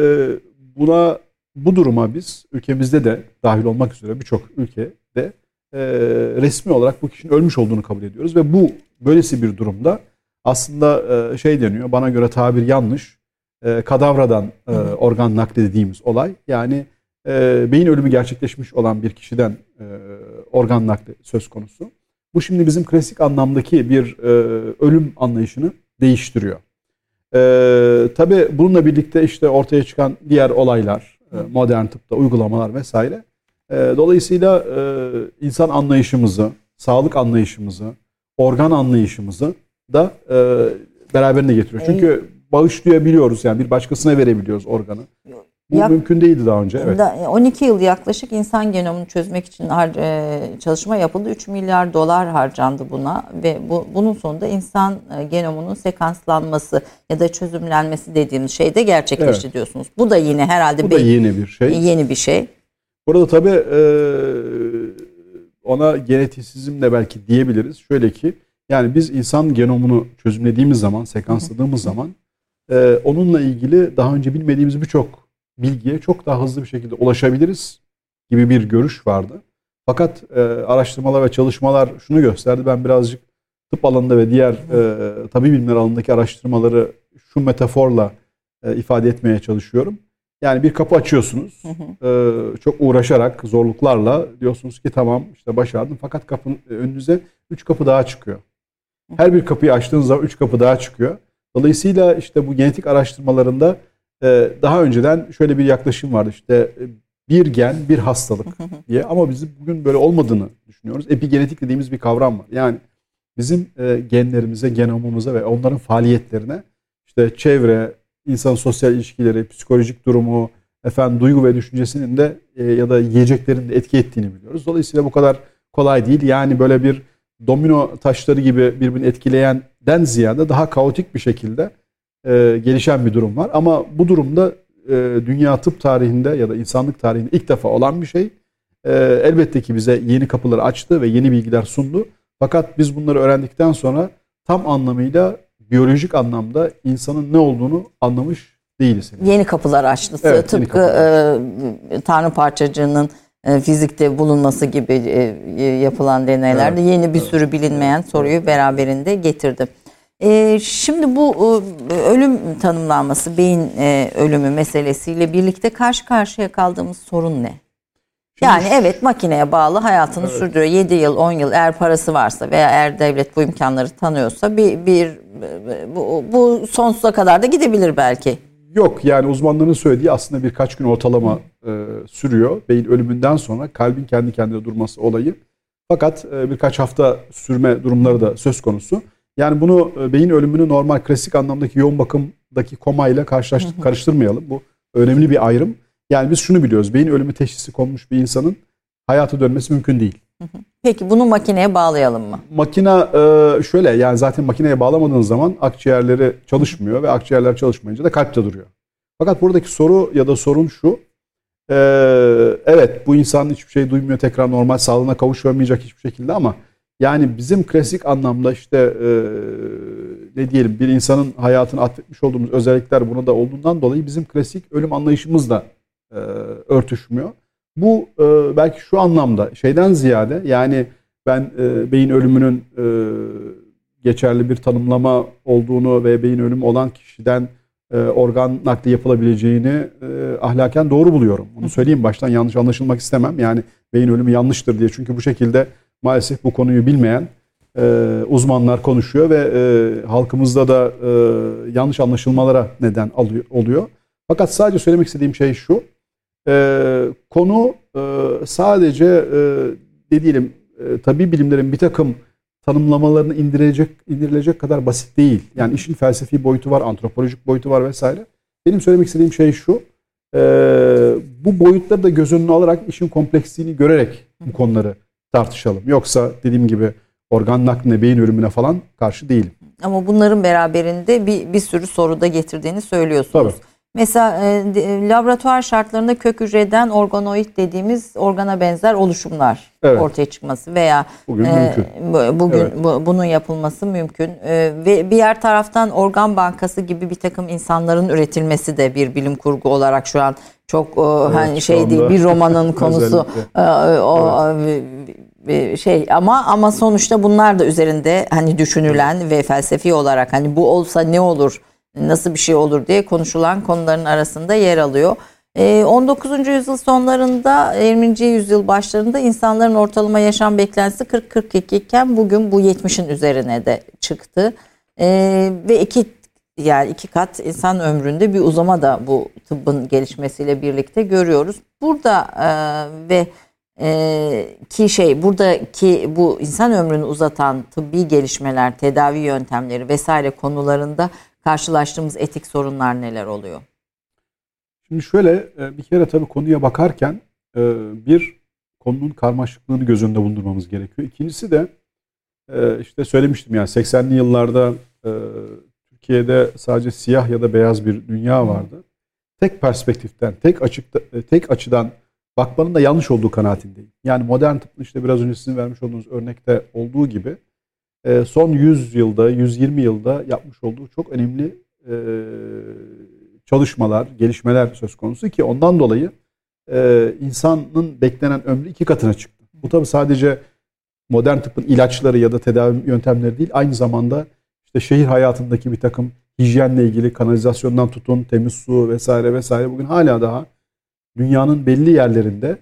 bu duruma biz ülkemizde de dahil olmak üzere birçok ülkede resmi olarak bu kişinin ölmüş olduğunu kabul ediyoruz ve bu böylesi bir durumda aslında deniyor, bana göre tabir yanlış, kadavradan organ nakli dediğimiz olay, yani beyin ölümü gerçekleşmiş olan bir kişiden organ nakli söz konusu. Bu şimdi bizim klasik anlamdaki bir ölüm anlayışını değiştiriyor. Tabii bununla birlikte işte ortaya çıkan diğer olaylar, modern tıpta uygulamalar vesaire. Dolayısıyla insan anlayışımızı, sağlık anlayışımızı, organ anlayışımızı da beraberine getiriyor. Çünkü bağışlayabiliyoruz, yani bir başkasına verebiliyoruz organı. Bu mümkün değildi daha önce. Evet. 12 yıl yaklaşık insan genomunu çözmek için çalışma yapıldı. 3 milyar dolar harcandı buna ve bunun sonunda insan genomunun sekanslanması ya da çözümlenmesi dediğimiz şey de gerçekleşti diyorsunuz. Bu da yine herhalde yeni bir şey. Yeni bir şey. Burada tabii ona genetisizm de belki diyebiliriz. Şöyle ki, yani biz insan genomunu çözümlediğimiz zaman, sekansladığımız zaman onunla ilgili daha önce bilmediğimiz birçok bilgiye çok daha hızlı bir şekilde ulaşabiliriz gibi bir görüş vardı. Fakat araştırmalar ve çalışmalar şunu gösterdi. Ben birazcık tıp alanında ve diğer tabii bilimler alanındaki araştırmaları şu metaforla ifade etmeye çalışıyorum. Yani bir kapı açıyorsunuz. Çok uğraşarak, zorluklarla diyorsunuz ki tamam işte başardım. Fakat kapının önünüze 3 kapı daha çıkıyor. Her bir kapıyı açtığınız zaman 3 kapı daha çıkıyor. Dolayısıyla işte bu genetik araştırmalarında daha önceden şöyle bir yaklaşım vardı. İşte bir gen, bir hastalık diye. Ama bizim bugün böyle olmadığını düşünüyoruz. Epigenetik dediğimiz bir kavram var. Yani bizim genlerimize, genomumuza ve onların faaliyetlerine işte çevre, insan sosyal ilişkileri, psikolojik durumu, duygu ve düşüncesinin de ya da yiyeceklerin de etki ettiğini biliyoruz. Dolayısıyla bu kadar kolay değil. Yani böyle bir domino taşları gibi birbirini etkileyenden ziyade daha kaotik bir şekilde gelişen bir durum var. Ama bu durumda dünya tıp tarihinde ya da insanlık tarihinde ilk defa olan bir şey. Elbette ki bize yeni kapıları açtı ve yeni bilgiler sundu. Fakat biz bunları öğrendikten sonra tam anlamıyla biyolojik anlamda insanın ne olduğunu anlamış değiliz. Yeni kapılar açtı. Evet, tıpkı Tanrı parçacığının fizikte bulunması gibi yapılan deneylerde yeni bir sürü bilinmeyen soruyu beraberinde getirdi. Şimdi bu ölüm tanımlanması, beyin ölümü meselesiyle birlikte karşı karşıya kaldığımız sorun ne? Yani evet, makineye bağlı hayatını sürdürüyor. 7 yıl, 10 yıl eğer parası varsa veya eğer devlet bu imkanları tanıyorsa bu sonsuza kadar da gidebilir belki. Yok, yani uzmanların söylediği aslında birkaç gün ortalama sürüyor. Beyin ölümünden sonra kalbin kendi kendine durması olayı. Fakat birkaç hafta sürme durumları da söz konusu. Yani bunu beyin ölümünü normal klasik anlamdaki yoğun bakımdaki komayla karıştırmayalım. Bu önemli bir ayrım. Yani biz şunu biliyoruz. Beyin ölümü teşhisi konmuş bir insanın hayata dönmesi mümkün değil. Peki bunu makineye bağlayalım mı? Makine şöyle, yani zaten makineye bağlamadığınız zaman akciğerleri çalışmıyor ve akciğerler çalışmayınca da kalp de duruyor. Fakat buradaki soru ya da sorun şu. Evet, bu insan hiçbir şey duymuyor, tekrar normal sağlığına kavuşamayacak hiçbir şekilde, ama yani bizim klasik anlamda işte ne diyelim, bir insanın hayatını atfetmiş olduğumuz özellikler buna da olduğundan dolayı bizim klasik ölüm anlayışımız da örtüşmüyor. Bu belki şu anlamda şeyden ziyade, yani ben beyin ölümünün geçerli bir tanımlama olduğunu ve beyin ölümü olan kişiden organ nakli yapılabileceğini ahlaken doğru buluyorum. Bunu söyleyeyim baştan, yanlış anlaşılmak istemem. Yani beyin ölümü yanlıştır diye. Çünkü bu şekilde maalesef bu konuyu bilmeyen uzmanlar konuşuyor ve halkımızda da yanlış anlaşılmalara neden oluyor. Fakat sadece söylemek istediğim şey şu. Konu sadece ne diyelim, tabii bilimlerin bir takım tanımlamalarını indirilecek kadar basit değil. Yani işin felsefi boyutu var, antropolojik boyutu var vesaire. Benim söylemek istediğim şey şu. Bu boyutları da göz önüne alarak, işin kompleksliğini görerek bu konuları tartışalım. Yoksa dediğim gibi organ nakline, beyin ölümüne falan karşı değilim. Ama bunların beraberinde bir sürü soru da getirdiğini söylüyorsunuz. Tabii. Mesela laboratuvar şartlarında kök hücreden organoid dediğimiz organa benzer oluşumlar ortaya çıkması veya bunun yapılması mümkün. Ve diğer taraftan organ bankası gibi bir takım insanların üretilmesi de bir bilim kurgu olarak şu an çok hani şey değil, bir romanın konusu ama sonuçta bunlar da üzerinde hani düşünülen ve felsefi olarak hani bu olsa ne olur, nasıl bir şey olur diye konuşulan konuların arasında yer alıyor. 19. yüzyıl sonlarında, 20. yüzyıl başlarında insanların ortalama yaşam beklentisi 40-42 iken bugün bu 70'in üzerine de çıktı. Ve iki kat insan ömründe bir uzama da bu tıbbın gelişmesiyle birlikte görüyoruz. Burada buradaki bu insan ömrünü uzatan tıbbi gelişmeler, tedavi yöntemleri vesaire konularında karşılaştığımız etik sorunlar neler oluyor? Şimdi şöyle, bir kere tabii konuya bakarken bir, konunun karmaşıklığını göz önünde bulundurmamız gerekiyor. İkincisi de işte söylemiştim, yani 80'li yıllarda Türkiye'de sadece siyah ya da beyaz bir dünya vardı. Tek perspektiften, tek açıdan bakmanın da yanlış olduğu kanaatindeyim. Yani modern tıbbın işte biraz önce sizin vermiş olduğunuz örnekte olduğu gibi son 100 yılda, 120 yılda yapmış olduğu çok önemli çalışmalar, gelişmeler söz konusu ki ondan dolayı insanın beklenen ömrü 2 katına çıktı. Bu tabii sadece modern tıbbın ilaçları ya da tedavi yöntemleri değil, aynı zamanda işte şehir hayatındaki bir takım hijyenle ilgili, kanalizasyondan tutun, temiz su vesaire vesaire, bugün hala daha dünyanın belli yerlerinde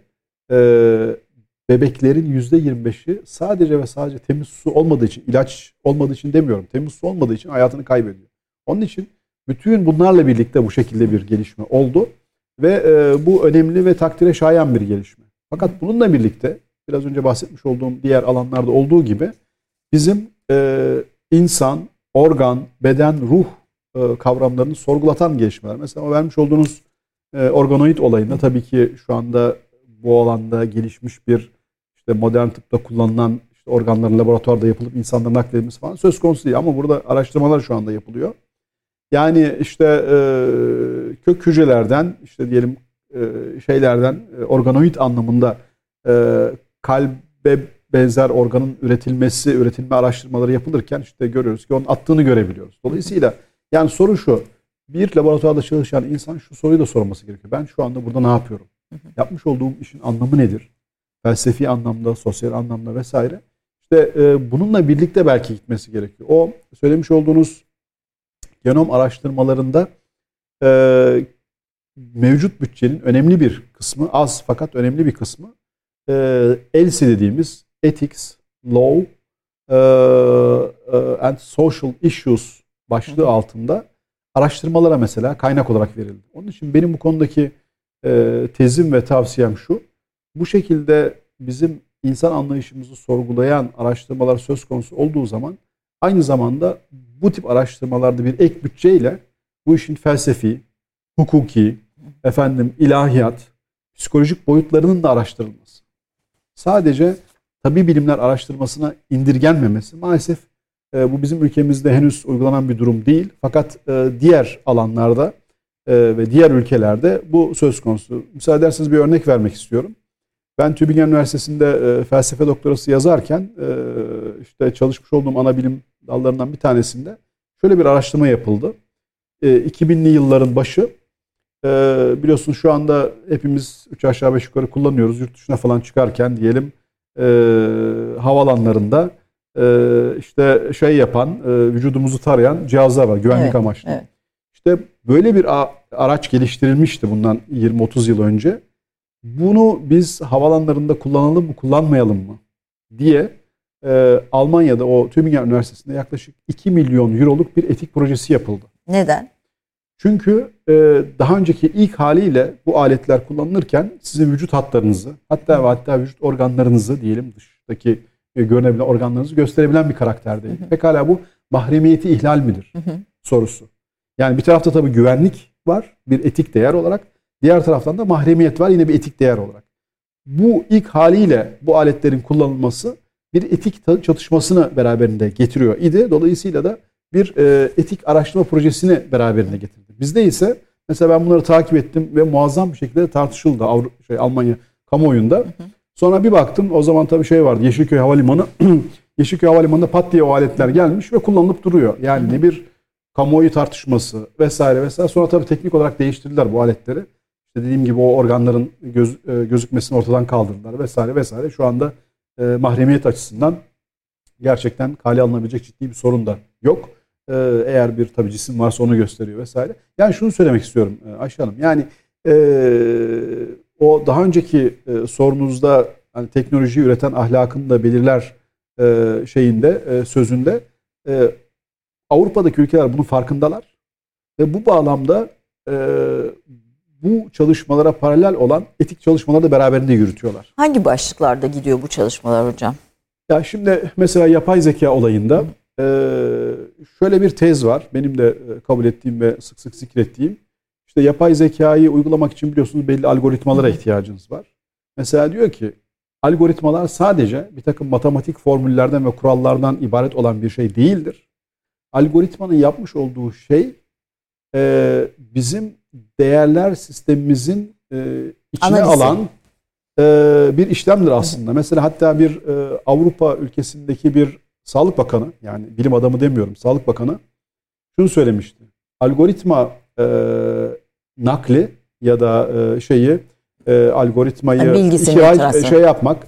bebeklerin %25'i sadece ve sadece temiz su olmadığı için, ilaç olmadığı için demiyorum, temiz su olmadığı için hayatını kaybediyor. Onun için bütün bunlarla birlikte bu şekilde bir gelişme oldu ve bu önemli ve takdire şayan bir gelişme. Fakat bununla birlikte biraz önce bahsetmiş olduğum diğer alanlarda olduğu gibi bizim insan, organ, beden, ruh kavramlarını sorgulatan gelişmeler. Mesela o vermiş olduğunuz organoid olayında tabii ki şu anda bu alanda gelişmiş bir işte modern tıpta kullanılan işte organların laboratuvarda yapılıp insanlara nakledilmesi falan söz konusu değil. Ama burada araştırmalar şu anda yapılıyor. Yani işte kök hücrelerden, işte diyelim şeylerden, organoid anlamında kalbe benzer organın üretilme araştırmaları yapılırken işte görüyoruz ki onun attığını görebiliyoruz. Dolayısıyla yani soru şu: bir laboratuvarda çalışan insan şu soruyu da sorması gerekiyor. Ben şu anda burada ne yapıyorum? Yapmış olduğum işin anlamı nedir? Felsefi anlamda, sosyal anlamda vesaire. İşte bununla birlikte belki gitmesi gerekiyor. O söylemiş olduğunuz genom araştırmalarında mevcut bütçenin önemli bir kısmı, az fakat önemli bir kısmı ELSI dediğimiz Ethics, Law and Social Issues başlığı altında araştırmalara mesela kaynak olarak verildi. Onun için benim bu konudaki tezim ve tavsiyem şu: bu şekilde bizim insan anlayışımızı sorgulayan araştırmalar söz konusu olduğu zaman aynı zamanda bu tip araştırmalarda bir ek bütçeyle bu işin felsefi, hukuki, ilahiyat, psikolojik boyutlarının da araştırılması. Sadece tabii bilimler araştırmasına indirgenmemesi maalesef bu bizim ülkemizde henüz uygulanan bir durum değil. Fakat diğer alanlarda ve diğer ülkelerde bu söz konusu. Müsaade ederseniz bir örnek vermek istiyorum. Ben Tübingen Üniversitesi'nde felsefe doktorası yazarken işte çalışmış olduğum ana bilim dallarından bir tanesinde şöyle bir araştırma yapıldı. 2000'li yılların başı, biliyorsunuz şu anda hepimiz 3 aşağı 5 yukarı kullanıyoruz. Yurt dışına falan çıkarken diyelim havalanlarında işte şey yapan, vücudumuzu tarayan cihazlar var güvenlik amaçlı. Evet. İşte böyle bir araç geliştirilmişti bundan 20-30 yıl önce. Bunu biz havalanlarında kullanalım mı kullanmayalım mı diye Almanya'da o Tübingen Üniversitesi'nde yaklaşık 2 milyon euroluk bir etik projesi yapıldı. Neden? Çünkü daha önceki ilk haliyle bu aletler kullanılırken sizin vücut hatlarınızı hatta vücut organlarınızı diyelim dıştaki görünebilen organlarınızı gösterebilen bir karakterdeydi. Pekala bu mahremiyeti ihlal midir sorusu. Yani bir tarafta tabii güvenlik var bir etik değer olarak. Diğer taraftan da mahremiyet var yine bir etik değer olarak. Bu ilk haliyle bu aletlerin kullanılması bir etik çatışmasını beraberinde getiriyor idi. Dolayısıyla da bir etik araştırma projesini beraberinde getirdi. Bizde ise mesela ben bunları takip ettim ve muazzam bir şekilde tartışıldı Almanya kamuoyunda. Sonra bir baktım o zaman tabii şey vardı Yeşilköy Havalimanı. Yeşilköy Havalimanı'nda pat diye o aletler gelmiş ve kullanılıp duruyor. Yani ne bir kamuoyu tartışması vesaire vesaire. Sonra tabii teknik olarak değiştirdiler bu aletleri. İşte dediğim gibi o organların gözükmesini ortadan kaldırdılar vesaire vesaire. Şu anda mahremiyet açısından gerçekten kale alınabilecek ciddi bir sorun da yok. Eğer bir tabii cisim varsa onu gösteriyor vesaire. Yani şunu söylemek istiyorum Ayşe Hanım. Yani o daha önceki sorunuzda hani teknolojiyi üreten ahlakını da belirler sözünde Avrupa'daki ülkeler bunun farkındalar ve bu bağlamda bu çalışmalara paralel olan etik çalışmaları da beraberinde yürütüyorlar. Hangi başlıklarda gidiyor bu çalışmalar hocam? Ya şimdi mesela yapay zeka olayında şöyle bir tez var. Benim de kabul ettiğim ve sık sık zikrettiğim. İşte yapay zekayı uygulamak için biliyorsunuz belli algoritmalara ihtiyacınız var. Mesela diyor ki algoritmalar sadece bir takım matematik formüllerden ve kurallardan ibaret olan bir şey değildir. Algoritmanın yapmış olduğu şey bizim değerler sistemimizin içine alan bir işlemdir aslında. Mesela hatta bir Avrupa ülkesindeki bir sağlık bakanı, yani bilim adamı demiyorum, sağlık bakanı şunu söylemişti. Algoritma nakli ya da algoritmayı yapmak,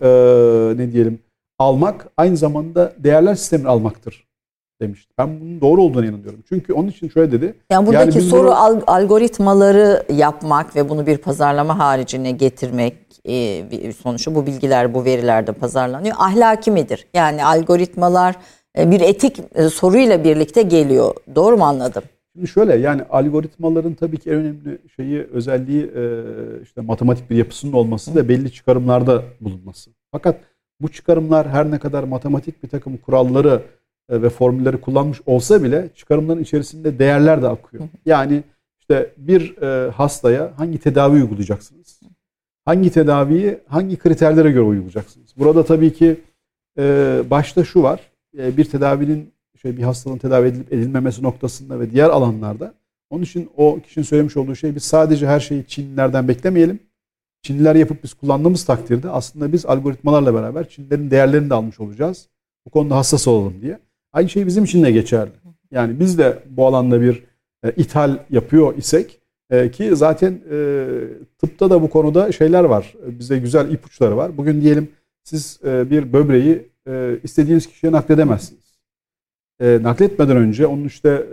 almak aynı zamanda değerler sistemini almaktır demişti. Ben bunun doğru olduğuna inanıyorum. Çünkü onun için şöyle dedi. Yani buradaki soru algoritmaları yapmak ve bunu bir pazarlama haricine getirmek, sonuçta bu bilgiler, bu verilerde pazarlanıyor. Ahlaki midir? Yani algoritmalar bir etik soruyla birlikte geliyor. Doğru mu anladım? Şimdi şöyle, yani algoritmaların tabii ki en önemli özelliği işte matematik bir yapısının olması ve belli çıkarımlarda bulunması. Fakat bu çıkarımlar her ne kadar matematik bir takım kuralları ve formülleri kullanmış olsa bile çıkarımların içerisinde değerler de akıyor. Yani işte bir hastaya hangi tedavi uygulayacaksınız? Hangi tedaviyi hangi kriterlere göre uygulayacaksınız? Burada tabii ki başta şu var. Bir tedavinin bir hastalığın tedavi edilip edilmemesi noktasında ve diğer alanlarda. Onun için o kişinin söylemiş olduğu şey, biz sadece her şeyi Çinlilerden beklemeyelim. Çinliler yapıp biz kullandığımız takdirde aslında biz algoritmalarla beraber Çinlilerin değerlerini de almış olacağız. Bu konuda hassas olalım diye. Aynı şey bizim için de geçerli. Yani biz de bu alanda bir ithal yapıyor isek ki zaten tıpta da bu konuda şeyler var. Bize güzel ipuçları var. Bugün diyelim siz bir böbreği istediğiniz kişiye nakledemezsiniz. Nakletmeden önce onun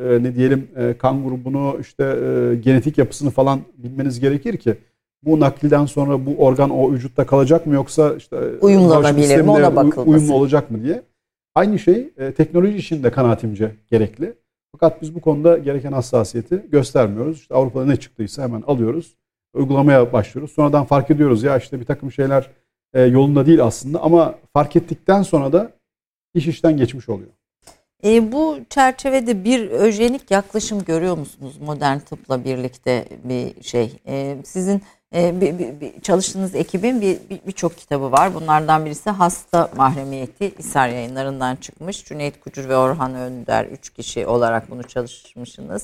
kan grubunu, genetik yapısını falan bilmeniz gerekir ki bu nakliden sonra bu organ o vücutta kalacak mı, yoksa uyumlanabilir mi, ona bakılması, uyumlu olacak mı diye. Aynı şey teknoloji için de kanaatimce gerekli. Fakat biz bu konuda gereken hassasiyeti göstermiyoruz. İşte Avrupa'da ne çıktıysa hemen alıyoruz, uygulamaya başlıyoruz. Sonradan fark ediyoruz ya bir takım şeyler yolunda değil aslında, ama fark ettikten sonra da iş işten geçmiş oluyor. Bu çerçevede bir öjenik yaklaşım görüyor musunuz modern tıpla birlikte bir şey? Sizin çalıştığınız ekibin birçok kitabı var. Bunlardan birisi Hasta Mahremiyeti, İSAR Yayınları'ndan çıkmış. Cüneyt Kucur ve Orhan Önder 3 kişi olarak bunu çalışmışsınız.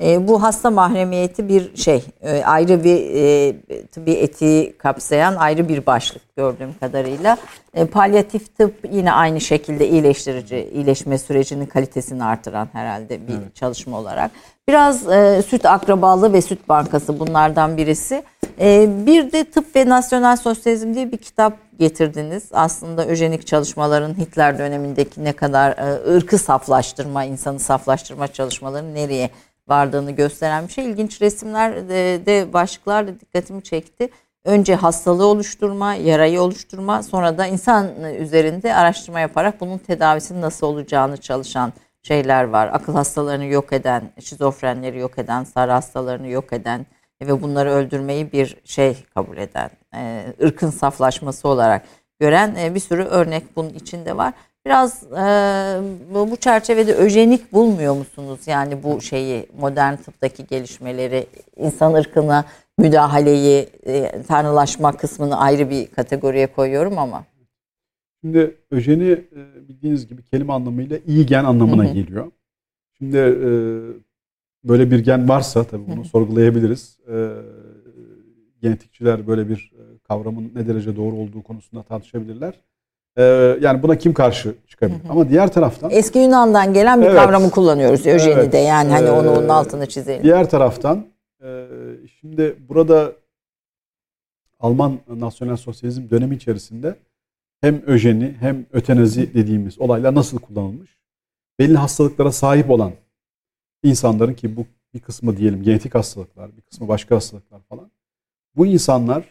Bu hasta mahremiyeti bir şey, ayrı bir tıbbi etiği kapsayan ayrı bir başlık gördüğüm kadarıyla. Palyatif tıp yine aynı şekilde iyileştirici, iyileşme sürecinin kalitesini artıran herhalde bir çalışma olarak. Biraz süt akrabalığı ve süt bankası bunlardan birisi. Bir de Tıp ve Nasyonal Sosyalizm diye bir kitap getirdiniz. Aslında öjenik çalışmaların Hitler dönemindeki ne kadar ırkı saflaştırma, insanı saflaştırma çalışmalarının nereye vardığını gösteren bir şey. İlginç resimler de başlıklar da dikkatimi çekti. Önce hastalığı oluşturma, yarayı oluşturma, sonra da insan üzerinde araştırma yaparak bunun tedavisinin nasıl olacağını çalışan şeyler var. Akıl hastalarını yok eden, şizofrenleri yok eden, sarı hastalarını yok eden ve bunları öldürmeyi bir şey kabul eden, ırkın saflaşması olarak gören bir sürü örnek bunun içinde var. Biraz bu çerçevede öjenik bulmuyor musunuz? Yani bu şeyi, modern tıptaki gelişmeleri, insan ırkına müdahaleyi, tanrılaşma kısmını ayrı bir kategoriye koyuyorum ama. Şimdi öjeni bildiğiniz gibi kelime anlamıyla iyi gen anlamına geliyor. Şimdi böyle bir gen varsa tabii bunu sorgulayabiliriz. Genetikçiler böyle bir kavramın ne derece doğru olduğu konusunda tartışabilirler. Yani buna kim karşı çıkabilir? Ama diğer taraftan... Eski Yunan'dan gelen bir kavramı kullanıyoruz. Öjeni de yani hani onun altını çizelim. Diğer taraftan şimdi burada Alman Nasyonal Sosyalizm dönemi içerisinde hem öjeni hem ötenazi dediğimiz olaylar nasıl kullanılmış? Belli hastalıklara sahip olan insanların, ki bu bir kısmı diyelim genetik hastalıklar, bir kısmı başka hastalıklar falan. Bu insanların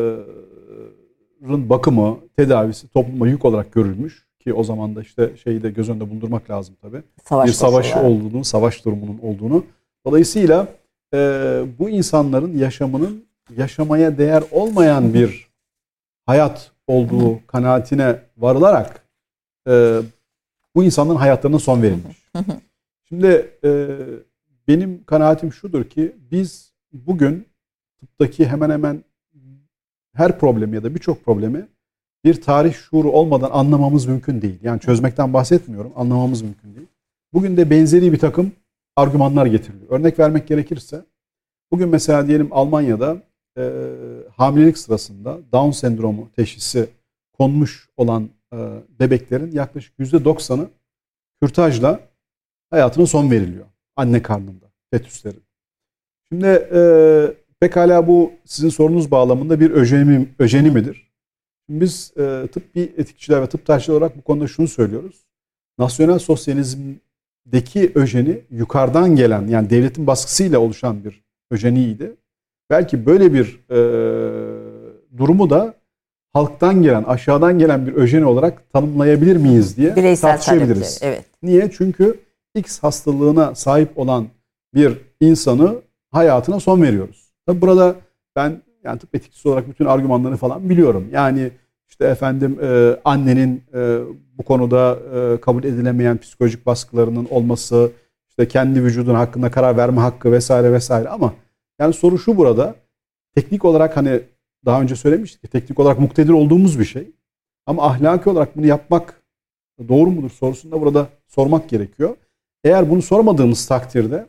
bakımı, tedavisi topluma yük olarak görülmüş ki o zaman da işte şeyi de göz önünde bulundurmak lazım tabii. Bir savaş olduğunu, savaş durumunun olduğunu. Dolayısıyla bu insanların yaşamının yaşamaya değer olmayan bir hayat olduğu kanaatine varılarak bu insanların hayatlarına son verilmiş. Şimdi benim kanaatim şudur ki biz bugün tıptaki hemen hemen her problemi ya da birçok problemi bir tarih şuuru olmadan anlamamız mümkün değil. Yani çözmekten bahsetmiyorum, anlamamız mümkün değil. Bugün de benzeri bir takım argümanlar getiriliyor. Örnek vermek gerekirse, bugün mesela diyelim Almanya'da hamilelik sırasında Down sendromu teşhisi konmuş olan bebeklerin yaklaşık %90'ı kürtajla hayatına son veriliyor. Anne karnında, fetüslerin. Şimdi pekala bu sizin sorunuz bağlamında bir öjeni midir? Şimdi biz tıbbi etikçiler ve tıp tarihçiler olarak bu konuda şunu söylüyoruz. Nasyonel sosyalizmdeki öjeni yukarıdan gelen, yani devletin baskısıyla oluşan bir öjeniydi. Belki böyle bir durumu da halktan gelen, aşağıdan gelen bir öjeni olarak tanımlayabilir miyiz diye bireysel tartışabiliriz. Evet. Niye? Çünkü X hastalığına sahip olan bir insanı hayatına son veriyoruz. Tabi burada ben yani tıp etikçisi olarak bütün argümanlarını falan biliyorum. Yani işte efendim annenin bu konuda kabul edilemeyen psikolojik baskılarının olması, işte kendi vücudun hakkında karar verme hakkı vesaire vesaire, ama yani soru şu burada, teknik olarak hani daha önce söylemiştik, teknik olarak muktedir olduğumuz bir şey. Ama ahlaki olarak bunu yapmak doğru mudur sorusunu da burada sormak gerekiyor. Eğer bunu sormadığımız takdirde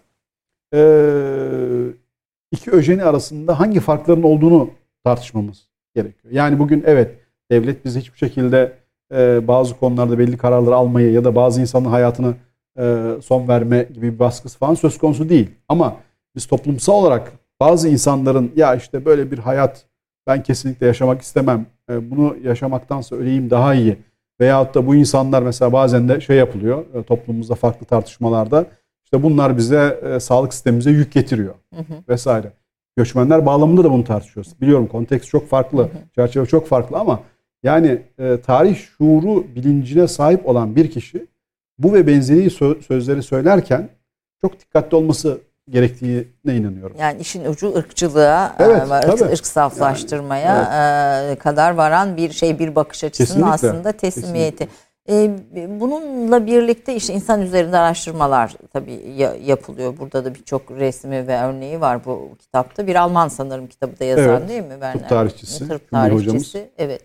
iki öjeni arasında hangi farkların olduğunu tartışmamız gerekiyor. Yani bugün evet, devlet bizi hiçbir şekilde bazı konularda belli kararları almaya ya da bazı insanın hayatına son verme gibi bir baskısı falan söz konusu değil. Ama biz toplumsal olarak bazı insanların ya işte böyle bir hayat ben kesinlikle yaşamak istemem, bunu yaşamaktansa öleyim daha iyi, veyahut da bu insanlar mesela bazen de şey yapılıyor toplumumuzda farklı tartışmalarda, işte bunlar bize sağlık sistemimize yük getiriyor vesaire. Göçmenler bağlamında da bunu tartışıyoruz. Biliyorum kontekst çok farklı, çerçeve çok farklı, ama yani tarih şuuru bilincine sahip olan bir kişi bu ve benzeri sözleri söylerken çok dikkatli olması gerektiğine inanıyorum. Yani işin ucu ırkçılığa, ırk saflaştırmaya kadar varan bir şey, bir bakış açısının kesinlikle, aslında teslimiyeti. Bununla birlikte işte insan üzerinde araştırmalar tabii yapılıyor. Burada da birçok resmi ve örneği var bu kitapta. Bir Alman sanırım kitabı da yazan, değil mi? Tıp tarihçisi. Tıp tarihçisi. Evet.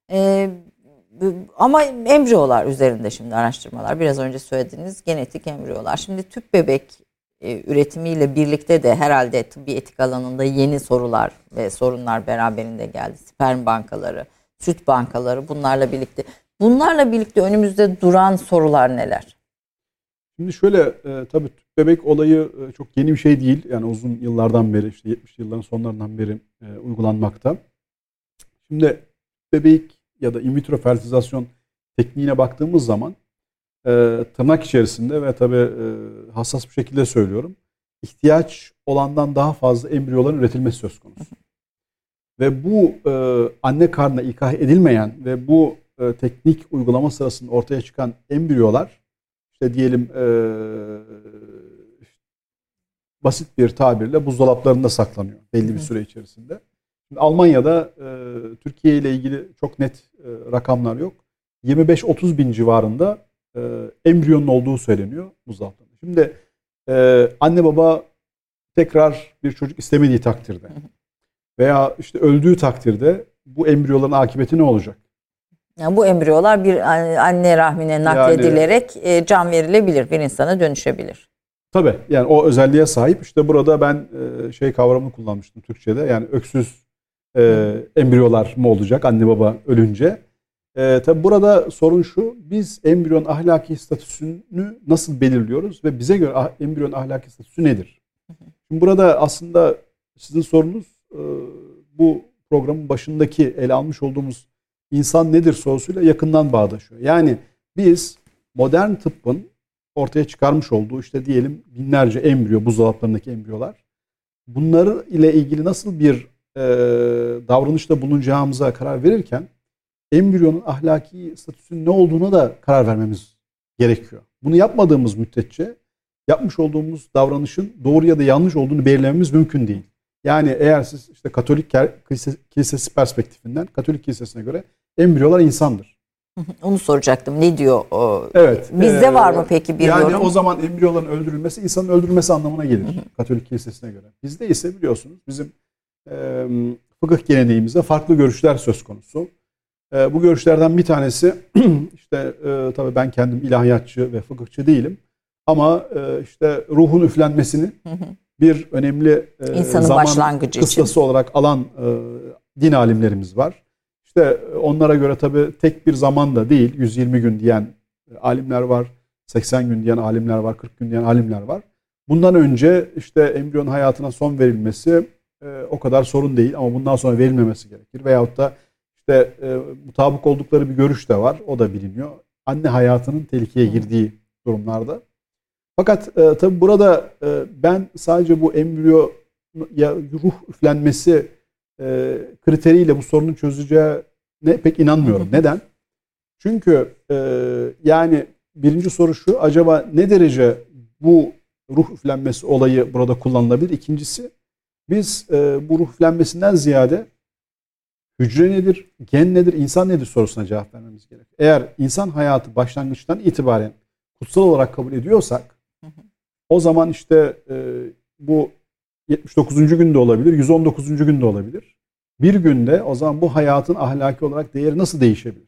Ama embriyolar üzerinde şimdi araştırmalar. Biraz önce söylediğiniz genetik embriyolar. Şimdi tüp bebek üretimiyle birlikte de herhalde tıbbi etik alanında yeni sorular ve sorunlar beraberinde geldi. Sperm bankaları, süt bankaları bunlarla birlikte önümüzde duran sorular neler? Şimdi şöyle tabii tüp bebek olayı çok yeni bir şey değil. Yani uzun yıllardan beri işte 70'li yılların sonlarından beri uygulanmakta. Şimdi bebek ya da in vitro fertilizasyon tekniğine baktığımız zaman tırnak içerisinde ve tabii hassas bir şekilde söylüyorum. İhtiyaç olandan daha fazla embriyoların üretilmesi söz konusu. Ve bu anne karnına ikah edilmeyen ve bu teknik uygulama sırasında ortaya çıkan embriyolar işte diyelim basit bir tabirle buzdolaplarında saklanıyor belli bir süre içerisinde. Şimdi Almanya'da Türkiye ile ilgili çok net rakamlar yok. 25-30 bin civarında embriyonun olduğu söyleniyor buzdolaplarında. Şimdi anne baba tekrar bir çocuk istemediği takdirde veya işte öldüğü takdirde bu embriyoların akıbeti ne olacak? Yani bu embriyolar bir anne rahmine nakledilerek can verilebilir, bir insana dönüşebilir. Tabii yani o özelliğe sahip. İşte burada ben kavramını kullanmıştım Türkçe'de. Yani öksüz embriyolar mı olacak anne baba ölünce? Tabii burada sorun şu, biz embriyon ahlaki statüsünü nasıl belirliyoruz ve bize göre embriyon ahlaki statüsü nedir? Şimdi burada aslında sizin sorunuz bu programın başındaki ele almış olduğumuz insan nedir sorusuyla yakından bağdaşıyor. Yani biz modern tıbbın ortaya çıkarmış olduğu işte diyelim binlerce embriyo, buzdolaplarındaki embriyolar, bunları ile ilgili nasıl bir davranışta bulunacağımıza karar verirken embriyonun ahlaki statüsünün ne olduğuna da karar vermemiz gerekiyor. Bunu yapmadığımız müddetçe yapmış olduğumuz davranışın doğru ya da yanlış olduğunu belirlememiz mümkün değil. Yani eğer siz işte Katolik Kilisesi perspektifinden, Katolik Kilisesi'ne göre embriyolar insandır. Onu soracaktım. Ne diyor o? Evet. Bizde var mı peki bir yorum? Yani o zaman embriyoların öldürülmesi insanın öldürülmesi anlamına gelir. Katolik Kilisesi'ne göre. Bizde ise biliyorsunuz bizim fıkıh geleneğimizde farklı görüşler söz konusu. Bu görüşlerden bir tanesi işte tabii ben kendim ilahiyatçı ve fıkıhçı değilim. Ama işte ruhun üflenmesini bir önemli zaman kıstası olarak alan din alimlerimiz var. İşte onlara göre tabii tek bir zamanda değil, 120 gün diyen alimler var, 80 gün diyen alimler var, 40 gün diyen alimler var. Bundan önce işte embriyon hayatına son verilmesi o kadar sorun değil ama bundan sonra verilmemesi gerekir. Veyahut da işte mutabık oldukları bir görüş de var, o da biliniyor. Anne hayatının tehlikeye girdiği durumlarda. Fakat tabii burada ben sadece bu embriyo ya ruh üflenmesi kriteriyle bu sorunun çözüleceğine pek inanmıyorum. Neden? Çünkü yani birinci soru şu, acaba ne derece bu ruh üflenmesi olayı burada kullanılabilir? İkincisi, biz bu ruh üflenmesinden ziyade hücre nedir, gen nedir, insan nedir sorusuna cevap vermemiz gerekiyor. Eğer insan hayatı başlangıçtan itibaren kutsal olarak kabul ediyorsak, o zaman işte bu 79. günde olabilir, 119. günde olabilir. Bir günde o zaman bu hayatın ahlaki olarak değeri nasıl değişebilir?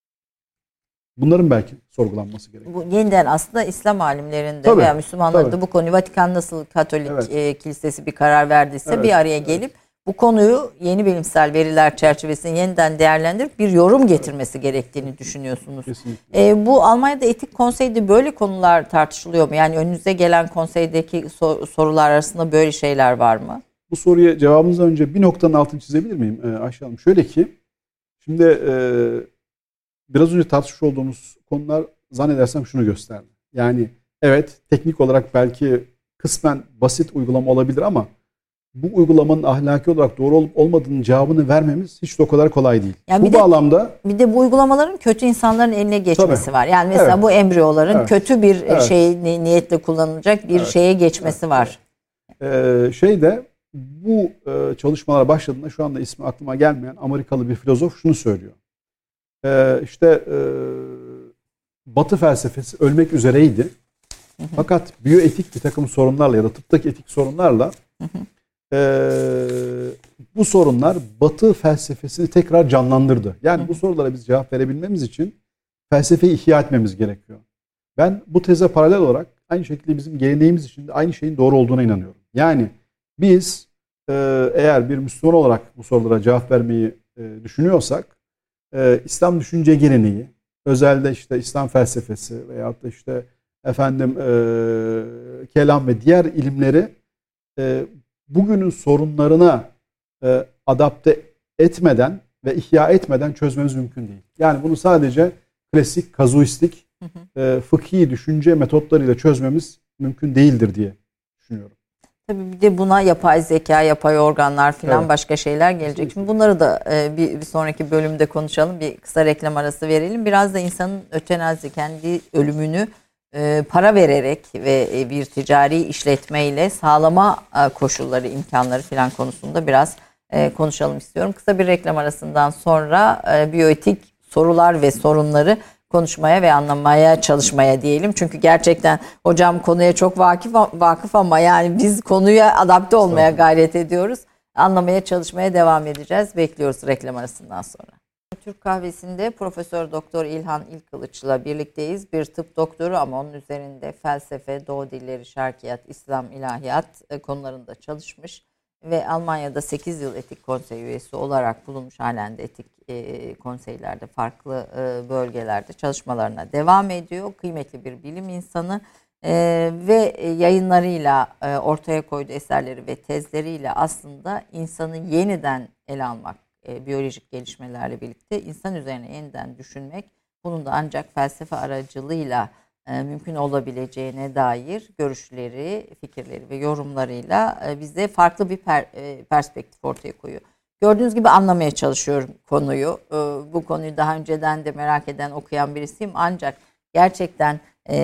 Bunların belki sorgulanması gerekiyor. Bu yeniden aslında İslam alimlerinde veya Müslümanların da bu konuyu, Vatikan nasıl Katolik Kilisesi bir karar verdiyse bir araya gelip bu konuyu yeni bilimsel veriler çerçevesinde yeniden değerlendirip bir yorum getirmesi gerektiğini düşünüyorsunuz. Bu Almanya'da etik konseyde böyle konular tartışılıyor mu? Yani önünüze gelen konseydeki sorular arasında böyle şeyler var mı? Bu soruya cevabımızdan önce bir noktanın altını çizebilir miyim Ayşe Hanım? Şöyle ki, şimdi biraz önce tartışmış olduğumuz konular zannedersem şunu gösterdi. Yani evet, teknik olarak belki kısmen basit uygulama olabilir ama bu uygulamanın ahlaki olarak doğru olup olmadığının cevabını vermemiz hiç de o kadar kolay değil. Yani bu bağlamda bir de bu uygulamaların kötü insanların eline geçmesi var. Yani mesela bu embriyoların kötü bir niyetle kullanılacak bir şeye geçmesi var. Bu çalışmalar başladığında şu anda ismi aklıma gelmeyen Amerikalı bir filozof şunu söylüyor. Batı felsefesi ölmek üzereydi. Fakat biyoetik bir takım sorunlarla ya da tıptaki etik sorunlarla bu sorunlar Batı felsefesini tekrar canlandırdı. Yani bu sorulara biz cevap verebilmemiz için felsefeyi ihya etmemiz gerekiyor. Ben bu teze paralel olarak aynı şekilde bizim geleneğimiz için de aynı şeyin doğru olduğuna inanıyorum. Yani biz eğer bir Müslüman olarak bu sorulara cevap vermeyi düşünüyorsak İslam düşünce geleneği, özelde işte İslam felsefesi veyahut da işte efendim kelam ve diğer ilimleri bugünün sorunlarına adapte etmeden ve ihya etmeden çözmemiz mümkün değil. Yani bunu sadece klasik, kazuistik, fıkhi düşünce metotlarıyla çözmemiz mümkün değildir diye düşünüyorum. Tabii bir de buna yapay zeka, yapay organlar filan Evet. başka şeyler gelecek. Şimdi bunları da bir sonraki bölümde konuşalım. Bir kısa reklam arası verelim. Biraz da insanın ötenazi, kendi ölümünü para vererek ve bir ticari işletmeyle sağlama koşulları, imkanları filan konusunda biraz konuşalım istiyorum. Kısa bir reklam arasından sonra biyoetik sorular ve sorunları konuşmaya ve anlamaya çalışmaya diyelim. Çünkü gerçekten hocam konuya çok vakıf ama yani biz konuya adapte olmaya gayret ediyoruz. Anlamaya çalışmaya devam edeceğiz. Bekliyoruz reklam arasından sonra. Türk Kahvesi'nde Profesör Doktor İlhan İlkılıç'la birlikteyiz. Bir tıp doktoru ama onun üzerinde felsefe, doğu dilleri, şarkiyat, İslam, ilahiyat konularında çalışmış. Ve Almanya'da 8 yıl etik konsey üyesi olarak bulunmuş, halen de etik konseylerde farklı bölgelerde çalışmalarına devam ediyor. Kıymetli bir bilim insanı ve yayınlarıyla ortaya koyduğu eserleri ve tezleriyle aslında insanı yeniden ele almak, biyolojik gelişmelerle birlikte insan üzerine yeniden düşünmek, bunun da ancak felsefe aracılığıyla mümkün olabileceğine dair görüşleri, fikirleri ve yorumlarıyla bize farklı bir perspektif ortaya koyuyor. Gördüğünüz gibi anlamaya çalışıyorum konuyu. Bu konuyu daha önceden de merak eden, okuyan birisiyim. Ancak gerçekten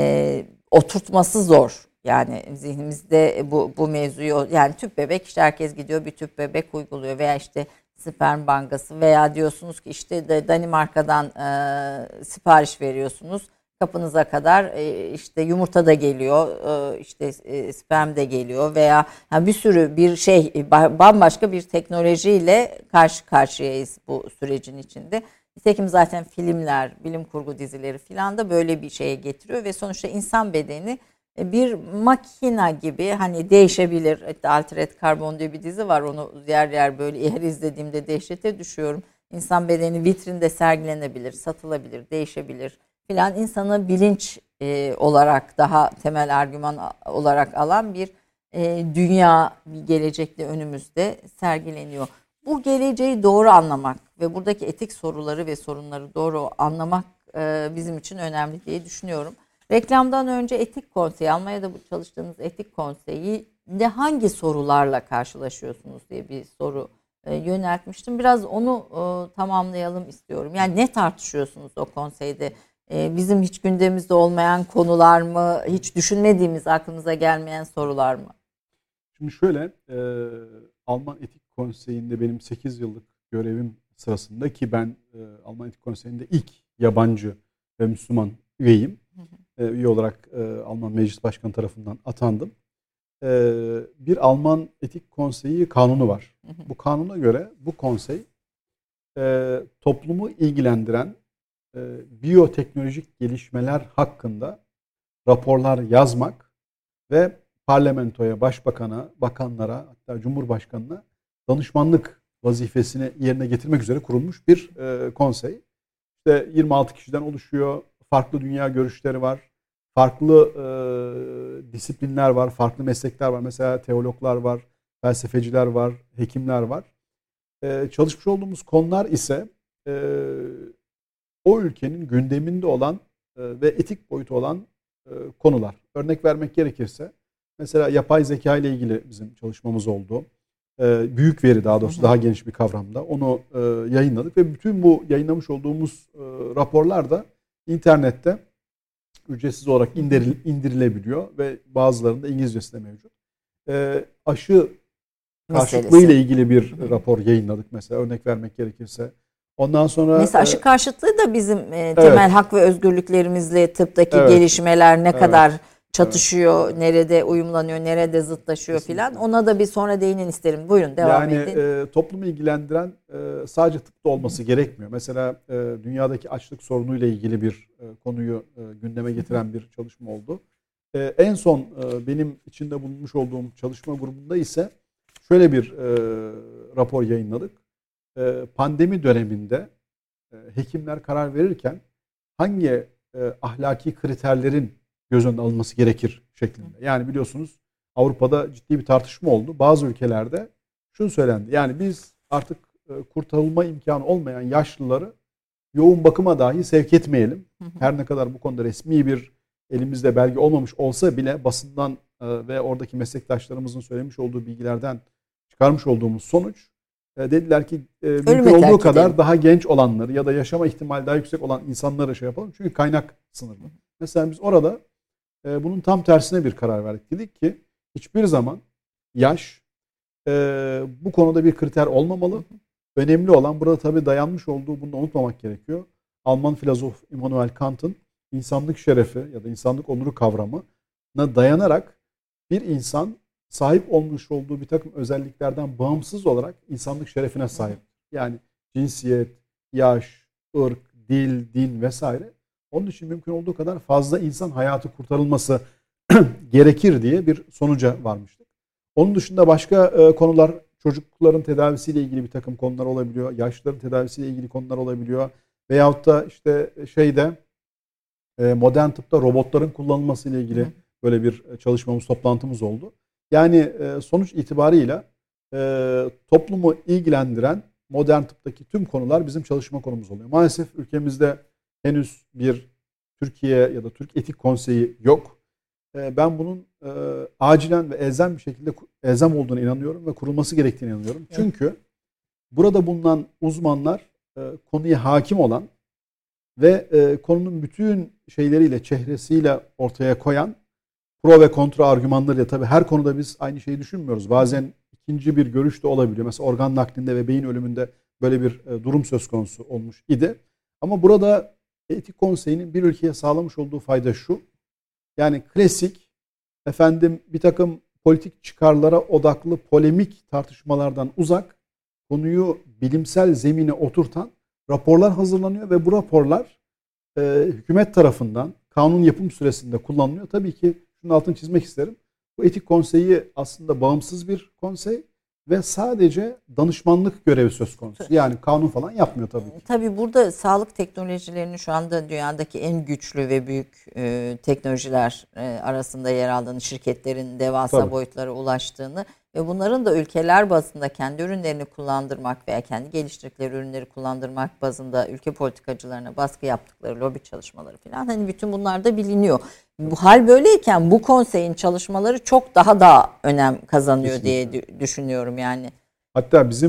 oturtması zor. Yani zihnimizde bu mevzuyu, yani tüp bebek, işte herkes gidiyor bir tüp bebek uyguluyor veya işte sperm bankası veya diyorsunuz ki işte Danimarka'dan sipariş veriyorsunuz. Kapınıza kadar işte yumurta da geliyor, işte sperm de geliyor veya bir sürü bir şey, bambaşka bir teknolojiyle karşı karşıyayız bu sürecin içinde. Nitekim zaten filmler, bilim kurgu dizileri filan da böyle bir şeye getiriyor ve sonuçta insan bedeni bir makina gibi hani değişebilir. Hatta Altered Carbon diye bir dizi var, onu yer yer böyle her izlediğimde dehşete düşüyorum. İnsan bedeni vitrinde sergilenebilir, satılabilir, değişebilir filan. İnsanı bilinç olarak daha temel argüman olarak alan bir dünya, bir gelecekte önümüzde sergileniyor. Bu geleceği doğru anlamak ve buradaki etik soruları ve sorunları doğru anlamak bizim için önemli diye düşünüyorum. Reklamdan önce etik konseyi, Almanya'da bu çalıştığınız etik konseyi de hangi sorularla karşılaşıyorsunuz diye bir soru yöneltmiştim. Biraz onu tamamlayalım istiyorum. Yani ne tartışıyorsunuz o konseyde? Bizim hiç gündemimizde olmayan konular mı? Hiç düşünmediğimiz, aklımıza gelmeyen sorular mı? Şimdi şöyle, Alman Etik Konseyi'nde benim 8 yıllık görevim sırasında, ki ben Alman Etik Konseyi'nde ilk yabancı ve Müslüman üyeyim. Üye olarak Alman Meclis Başkanı tarafından atandım. Bir Alman Etik Konseyi kanunu var. Bu kanuna göre bu konsey toplumu ilgilendiren biyoteknolojik gelişmeler hakkında raporlar yazmak ve parlamentoya, başbakana, bakanlara, hatta Cumhurbaşkanı'na danışmanlık vazifesini yerine getirmek üzere kurulmuş bir konsey. İşte 26 kişiden oluşuyor, farklı dünya görüşleri var, farklı disiplinler var, farklı meslekler var. Mesela teologlar var, felsefeciler var, hekimler var. Çalışmış olduğumuz konular ise o ülkenin gündeminde olan ve etik boyutu olan konular. Örnek vermek gerekirse, mesela yapay zeka ile ilgili bizim çalışmamız oldu. Büyük veri, daha doğrusu daha geniş bir kavramda. Onu yayınladık ve bütün bu yayınlamış olduğumuz raporlar da internette ücretsiz olarak indirilebiliyor ve bazılarında İngilizcesi de mevcut. Aşı karşıtlığı ile ilgili bir rapor yayınladık mesela, örnek vermek gerekirse. Ondan sonra mesela aşı karşıtlığı da bizim temel hak ve özgürlüklerimizle tıptaki gelişmeler ne kadar çatışıyor, nerede uyumlanıyor, nerede zıtlaşıyor filan. Ona da bir sonra değinin isterim. Buyurun, devam edin. Yani toplumu ilgilendiren sadece tıpta olması gerekmiyor. Mesela dünyadaki açlık sorunuyla ilgili bir konuyu gündeme getiren bir çalışma oldu. En son benim içinde bulunmuş olduğum çalışma grubunda ise şöyle bir rapor yayınladık. Pandemi döneminde hekimler karar verirken hangi ahlaki kriterlerin göz önüne alınması gerekir şeklinde. Yani biliyorsunuz Avrupa'da ciddi bir tartışma oldu. Bazı ülkelerde şunu söylendi. Yani biz artık kurtarılma imkanı olmayan yaşlıları yoğun bakıma dahi sevk etmeyelim. Her ne kadar bu konuda resmi bir elimizde belge olmamış olsa bile basından ve oradaki meslektaşlarımızın söylemiş olduğu bilgilerden çıkarmış olduğumuz sonuç dediler ki mümkün olduğu kadar daha genç olanları ya da yaşama ihtimali daha yüksek olan insanları şey yapalım. Çünkü kaynak sınırlı. Mesela biz orada bunun tam tersine bir karar verdik. Dedik ki hiçbir zaman yaş bu konuda bir kriter olmamalı. Önemli olan burada tabii dayanmış olduğu, bunu unutmamak gerekiyor. Alman filozof Immanuel Kant'ın insanlık şerefi ya da insanlık onuru kavramına dayanarak bir insan sahip olmuş olduğu bir takım özelliklerden bağımsız olarak insanlık şerefine sahip. Yani cinsiyet, yaş, ırk, dil, din vesaire. Onun için mümkün olduğu kadar fazla insan hayatı kurtarılması gerekir diye bir sonuca varmıştık. Onun dışında başka konular, çocukların tedavisiyle ilgili bir takım konular olabiliyor. Yaşlıların tedavisiyle ilgili konular olabiliyor. Veyahut da işte modern tıpta robotların kullanılmasıyla ilgili böyle bir çalışmamız, toplantımız oldu. Yani sonuç itibarıyla toplumu ilgilendiren modern tıptaki tüm konular bizim çalışma konumuz oluyor. Maalesef ülkemizde henüz bir Türkiye ya da Türk Etik Konseyi yok. Ben bunun acilen ve elzem bir şekilde elzem olduğunu inanıyorum ve kurulması gerektiğine inanıyorum. Evet. Çünkü burada bulunan uzmanlar konuya hakim olan ve konunun bütün şeyleriyle, çehresiyle ortaya koyan pro ve kontra argümanlarıyla, tabii her konuda biz aynı şeyi düşünmüyoruz. Bazen ikinci bir görüş de olabiliyor. Mesela organ naklinde ve beyin ölümünde böyle bir durum söz konusu olmuş idi. Ama burada Etik Konseyi'nin bir ülkeye sağlamış olduğu fayda şu. Yani klasik bir takım politik çıkarlara odaklı polemik tartışmalardan uzak, konuyu bilimsel zemine oturtan raporlar hazırlanıyor ve bu raporlar hükümet tarafından kanun yapım süresinde kullanılıyor. Tabii ki şunun altını çizmek isterim. Bu Etik Konseyi aslında bağımsız bir konsey ve sadece danışmanlık görevi söz konusu. Yani kanun falan yapmıyor tabii ki. Tabii burada sağlık teknolojilerinin şu anda dünyadaki en güçlü ve büyük teknolojiler arasında yer aldığını, şirketlerin devasa boyutlara ulaştığını ve bunların da ülkeler bazında kendi ürünlerini kullandırmak veya kendi geliştirdikleri ürünleri kullandırmak bazında ülke politikacılarına baskı yaptıkları lobi çalışmaları falan, hani bütün bunlar da biliniyor. Bu hal böyleyken bu konseyin çalışmaları çok daha önem kazanıyor. Kesinlikle. Diye düşünüyorum yani. Hatta bizim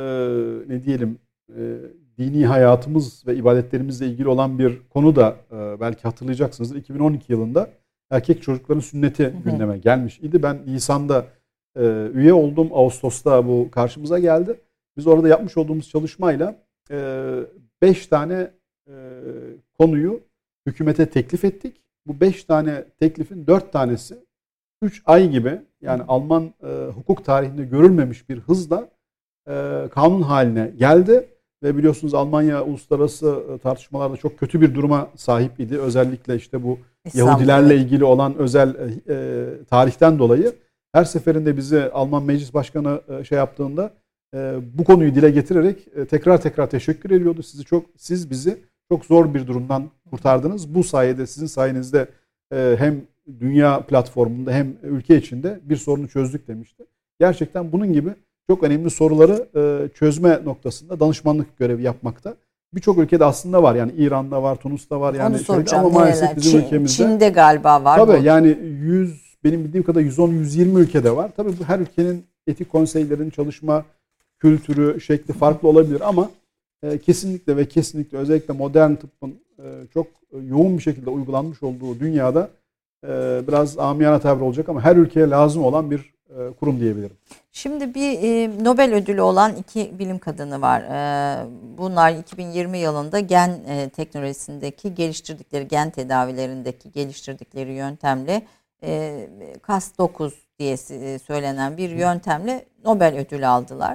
dini hayatımız ve ibadetlerimizle ilgili olan bir konu da belki hatırlayacaksınızdır. 2012 yılında erkek çocukların sünneti gündeme gelmiş idi. Ben Nisan'da üye oldum. Ağustos'ta bu karşımıza geldi. Biz orada yapmış olduğumuz çalışmayla 5 tane konuyu hükümete teklif ettik. Bu 5 tane teklifin 4 tanesi 3 ay gibi, yani Alman hukuk tarihinde görülmemiş bir hızla kanun haline geldi. Ve biliyorsunuz Almanya uluslararası tartışmalarda çok kötü bir duruma sahip idi. Özellikle işte bu Yahudilerle ilgili olan özel tarihten dolayı her seferinde bizi Alman Meclis Başkanı yaptığında bu konuyu dile getirerek tekrar teşekkür ediyordu. Siz bizi çok zor bir durumdan kurtardınız. Bu sayede, sizin sayenizde hem dünya platformunda hem ülke içinde bir sorunu çözdük demişti. Gerçekten bunun gibi çok önemli soruları çözme noktasında danışmanlık görevi yapmakta. Birçok ülkede aslında var. Yani İran'da var, Tunus'ta var. Yani ama maalesef bizim ülkemizde. Çin'de galiba var. Tabii yani benim bildiğim kadar 110-120 ülkede var. Tabii bu her ülkenin etik konseylerinin çalışma kültürü, şekli farklı olabilir ama kesinlikle özellikle modern tıbbın çok yoğun bir şekilde uygulanmış olduğu dünyada biraz amiyane tabir olacak ama her ülkeye lazım olan bir kurum diyebilirim. Şimdi bir Nobel ödülü olan 2 bilim kadını var. Bunlar 2020 yılında gen teknolojisindeki geliştirdikleri, gen tedavilerindeki geliştirdikleri yöntemle Cas9 diye söylenen bir yöntemle Nobel ödülü aldılar.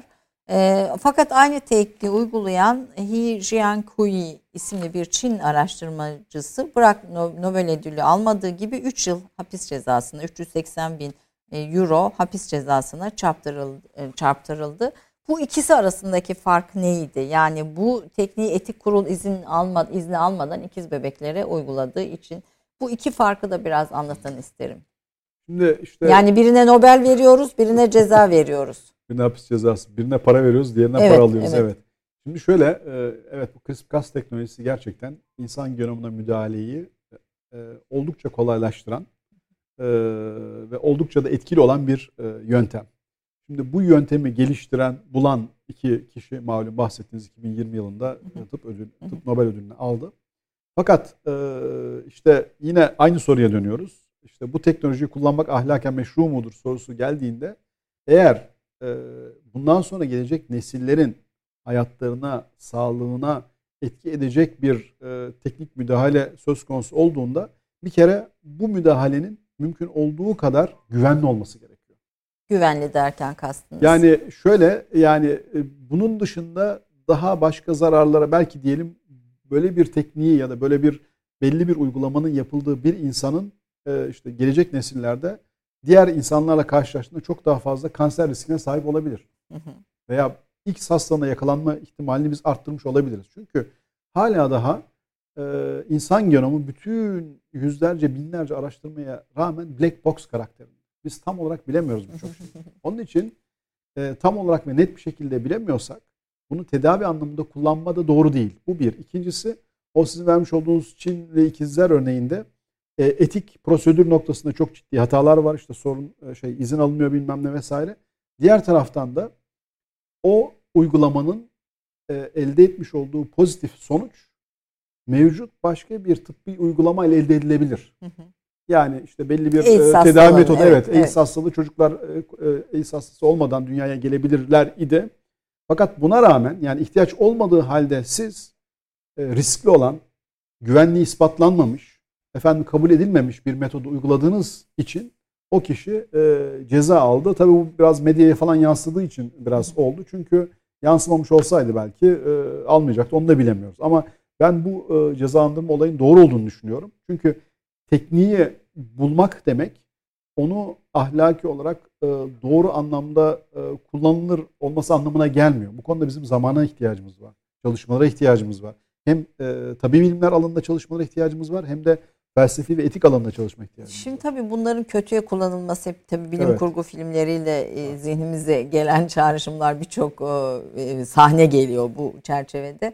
Fakat aynı tekniği uygulayan He Jiankui isimli bir Çin araştırmacısı bırak Nobel ödülü almadığı gibi 3 yıl hapis cezasına, 380.000 euro hapis cezasına çarptırıldı. Bu ikisi arasındaki fark neydi? Yani bu tekniği etik kurul izni almadan ikiz bebeklere uyguladığı için bu iki farkı da biraz anlatın isterim. Şimdi işte yani birine Nobel veriyoruz, birine ceza veriyoruz. Birine hapis cezası, birine para veriyoruz, diğerine para alıyoruz. Evet. Şimdi şöyle, evet bu CRISPR-Cas teknolojisi gerçekten insan genomuna müdahaleyi oldukça kolaylaştıran ve oldukça da etkili olan bir yöntem. Şimdi bu yöntemi geliştiren, bulan iki kişi malum bahsettiğiniz 2020 yılında tıp Nobel ödülünü aldı. Fakat işte yine aynı soruya dönüyoruz. İşte bu teknolojiyi kullanmak ahlaken meşru mudur sorusu geldiğinde eğer bundan sonra gelecek nesillerin hayatlarına, sağlığına etki edecek bir teknik müdahale söz konusu olduğunda bir kere bu müdahalenin mümkün olduğu kadar güvenli olması gerekiyor. Güvenli derken kastınız? Yani şöyle, yani bunun dışında daha başka zararlara belki diyelim böyle bir tekniği ya da böyle bir belli bir uygulamanın yapıldığı bir insanın işte gelecek nesillerde diğer insanlarla karşılaştığında çok daha fazla kanser riskine sahip olabilir. Veya X hastalığına yakalanma ihtimalini biz arttırmış olabiliriz. Çünkü hala daha insan genomu bütün yüzlerce, binlerce araştırmaya rağmen black box karakterinde. Biz tam olarak bilemiyoruz birçok şeyi. Onun için tam olarak ve net bir şekilde bilemiyorsak bunu tedavi anlamında kullanma da doğru değil. Bu bir. İkincisi, o sizin vermiş olduğunuz Çinli ikizler örneğinde etik prosedür noktasında çok ciddi hatalar var. İşte sorun izin alınmıyor bilmem ne vesaire. Diğer taraftan da o uygulamanın elde etmiş olduğu pozitif sonuç mevcut başka bir tıbbi uygulama ile elde edilebilir. Yani işte belli bir tedavi metodu. Evet, AIDS hastalığı çocuklar AIDS hastası olmadan dünyaya gelebilirler idi. Fakat buna rağmen yani ihtiyaç olmadığı halde siz riskli olan, güvenliği ispatlanmamış, kabul edilmemiş bir metodu uyguladığınız için o kişi ceza aldı. Tabii bu biraz medyaya falan yansıdığı için biraz oldu. Çünkü yansımamış olsaydı belki almayacaktı. Onu da bilemiyoruz. Ama ben bu cezalandırma olayın doğru olduğunu düşünüyorum. Çünkü tekniği bulmak demek onu ahlaki olarak doğru anlamda kullanılır olması anlamına gelmiyor. Bu konuda bizim zamana ihtiyacımız var. Çalışmalara ihtiyacımız var. Hem tabii bilimler alanında çalışmalara ihtiyacımız var, hem de felsefi ve etik alanında çalışma ihtiyacımız var. Şimdi tabii bunların kötüye kullanılması hep tabii bilim kurgu filmleriyle zihnimize gelen çağrışımlar, birçok sahne geliyor bu çerçevede.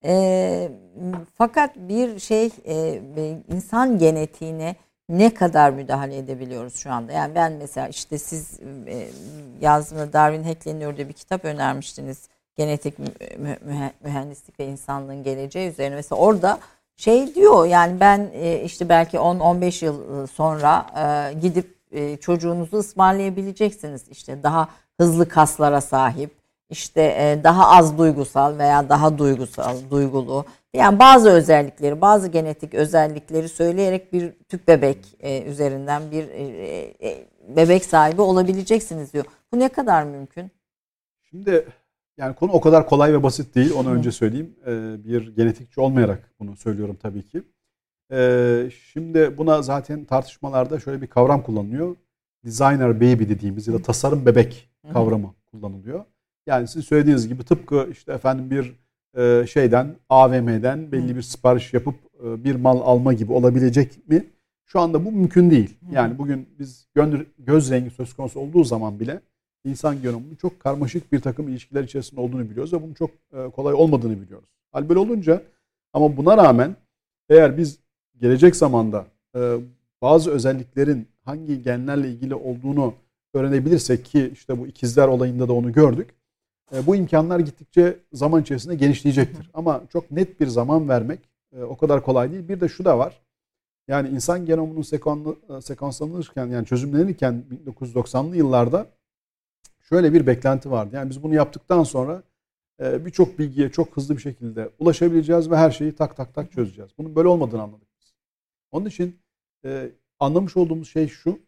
Fakat bir insan genetiğine ne kadar müdahale edebiliyoruz şu anda? Yani ben mesela işte siz yazdığımda Darwin hackleniyor diye bir kitap önermiştiniz. Genetik mühendislik ve insanlığın geleceği üzerine. Mesela orada diyor, yani ben işte belki 10-15 yıl sonra gidip çocuğunuzu ısmarlayabileceksiniz. İşte daha hızlı kaslara sahip, işte daha az duygusal veya daha duygulu. Yani bazı özellikleri, bazı genetik özellikleri söyleyerek bir tüp bebek üzerinden bir bebek sahibi olabileceksiniz diyor. Bu ne kadar mümkün? Şimdi yani konu o kadar kolay ve basit değil. Onu önce söyleyeyim. Bir genetikçi olmayarak bunu söylüyorum tabii ki. Şimdi buna zaten tartışmalarda şöyle bir kavram kullanılıyor. Designer baby dediğimiz ya da tasarım bebek kavramı kullanılıyor. Yani sizin söylediğiniz gibi tıpkı işte bir AVM'den belli bir sipariş yapıp bir mal alma gibi olabilecek mi? Şu anda bu mümkün değil. Yani bugün biz göz rengi söz konusu olduğu zaman bile insan genomunun çok karmaşık bir takım ilişkiler içerisinde olduğunu biliyoruz ve bunun çok kolay olmadığını biliyoruz. Hal böyle olunca, ama buna rağmen eğer biz gelecek zamanda bazı özelliklerin hangi genlerle ilgili olduğunu öğrenebilirsek, ki işte bu ikizler olayında da onu gördük, bu imkanlar gittikçe zaman içerisinde genişleyecektir. Ama çok net bir zaman vermek o kadar kolay değil. Bir de şu da var. Yani insan genomunun sekanslanırken, yani çözümlenirken 1990'lı yıllarda şöyle bir beklenti vardı. Yani biz bunu yaptıktan sonra birçok bilgiye çok hızlı bir şekilde ulaşabileceğiz ve her şeyi tak tak tak çözeceğiz. Bunun böyle olmadığını anladık biz. Onun için anlamış olduğumuz şey şu.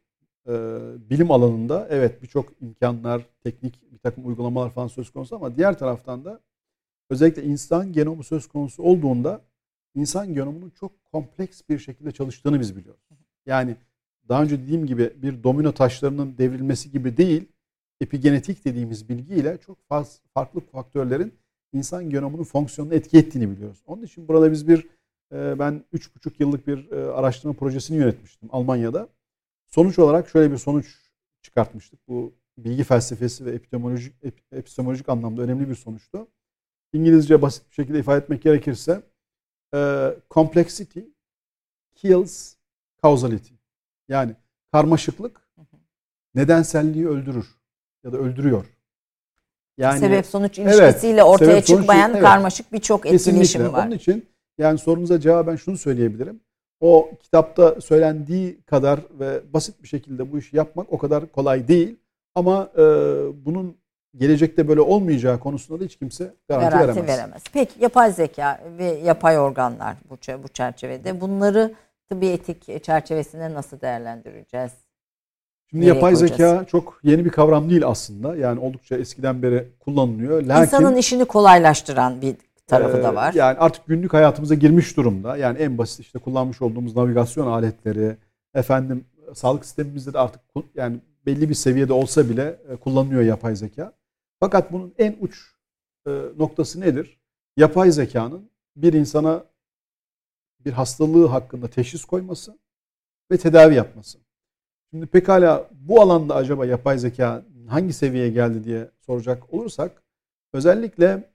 bilim alanında evet birçok imkanlar, teknik bir takım uygulamalar falan söz konusu ama diğer taraftan da özellikle insan genomu söz konusu olduğunda insan genomunun çok kompleks bir şekilde çalıştığını biz biliyoruz. Yani daha önce dediğim gibi bir domino taşlarının devrilmesi gibi değil, epigenetik dediğimiz bilgiyle çok farklı faktörlerin insan genomunun fonksiyonunu etki ettiğini biliyoruz. Onun için burada biz ben 3,5 yıllık bir araştırma projesini yönetmiştim Almanya'da. Sonuç olarak şöyle bir sonuç çıkartmıştık. Bu bilgi felsefesi ve epistemolojik anlamda önemli bir sonuçtu. İngilizce basit bir şekilde ifade etmek gerekirse complexity kills causality. Yani karmaşıklık nedenselliği öldürür ya da öldürüyor. Yani sebep sonuç ilişkisiyle ortaya çıkmayan karmaşık birçok etkileşim var. Onun için yani sorunuza cevaben şunu söyleyebilirim. O kitapta söylendiği kadar ve basit bir şekilde bu işi yapmak o kadar kolay değil. Ama bunun gelecekte böyle olmayacağı konusunda da hiç kimse garanti veremez. Peki yapay zeka ve yapay organlar bu çerçevede bunları tıbbi etik çerçevesinde nasıl değerlendireceğiz? Şimdi yapay zeka çok yeni bir kavram değil aslında. Yani oldukça eskiden beri kullanılıyor. Lakin, İnsanın işini kolaylaştıran bir tarafı da var. Yani artık günlük hayatımıza girmiş durumda. Yani en basit işte kullanmış olduğumuz navigasyon aletleri, sağlık sistemimizde de artık yani belli bir seviyede olsa bile kullanılıyor yapay zeka. Fakat bunun en uç noktası nedir? Yapay zekanın bir insana bir hastalığı hakkında teşhis koyması ve tedavi yapması. Şimdi pekala bu alanda acaba yapay zeka hangi seviyeye geldi diye soracak olursak özellikle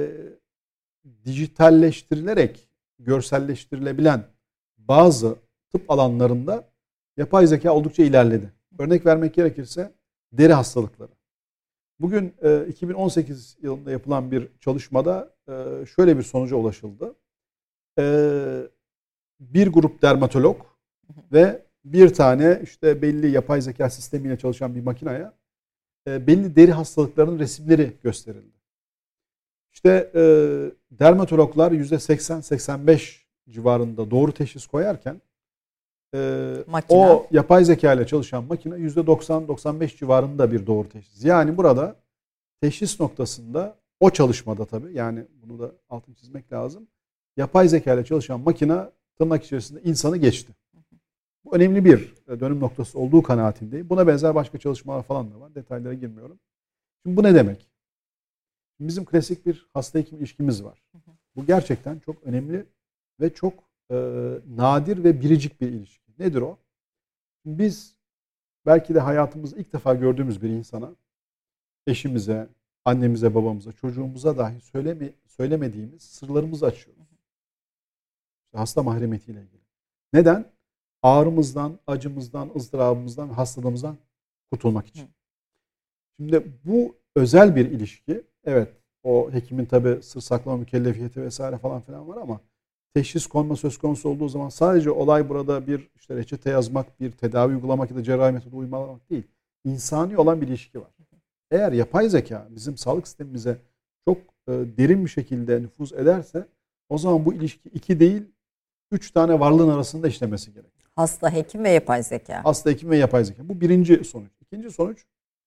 dijitalleştirilerek görselleştirilebilen bazı tıp alanlarında yapay zeka oldukça ilerledi. Örnek vermek gerekirse deri hastalıkları. Bugün 2018 yılında yapılan bir çalışmada şöyle bir sonuca ulaşıldı. Bir grup dermatolog ve bir tane işte belli yapay zeka sistemiyle çalışan bir makineye belli deri hastalıklarının resimleri gösterildi. İşte dermatologlar %80-85 civarında doğru teşhis koyarken o yapay zeka ile çalışan makine %90-95 civarında bir doğru teşhis. Yani burada teşhis noktasında o çalışmada tabii yani bunu da altını çizmek lazım. Yapay zeka ile çalışan makine tırnak içerisinde insanı geçti. Bu önemli bir dönüm noktası olduğu kanaatindeyim. Buna benzer başka çalışmalar falan da var. Detaylara girmiyorum. Şimdi bu ne demek? Bizim klasik bir hasta hekim ilişkimiz var. Bu gerçekten çok önemli ve çok nadir ve biricik bir ilişki. Nedir o? Biz belki de hayatımızda ilk defa gördüğümüz bir insana, eşimize, annemize, babamıza, çocuğumuza dahi söylemediğimiz sırlarımızı açıyoruz. İşte hasta mahremiyetiyle ilgili. Neden? Ağrımızdan, acımızdan, ızdırabımızdan, hastalığımızdan kurtulmak için. Şimdi bu özel bir ilişki. Evet, o hekimin tabii sır saklama mükellefiyeti vesaire falan filan var ama teşhis konma söz konusu olduğu zaman sadece olay burada bir işte reçete yazmak, bir tedavi uygulamak ya da cerrahi metodu uygulamak değil. İnsani olan bir ilişki var. Eğer yapay zeka bizim sağlık sistemimize çok derin bir şekilde nüfuz ederse o zaman bu ilişki 2 değil 3 tane varlığın arasında işlemesi gerekir. Hasta, hekim ve yapay zeka. Hasta, hekim ve yapay zeka. Bu birinci sonuç. İkinci sonuç,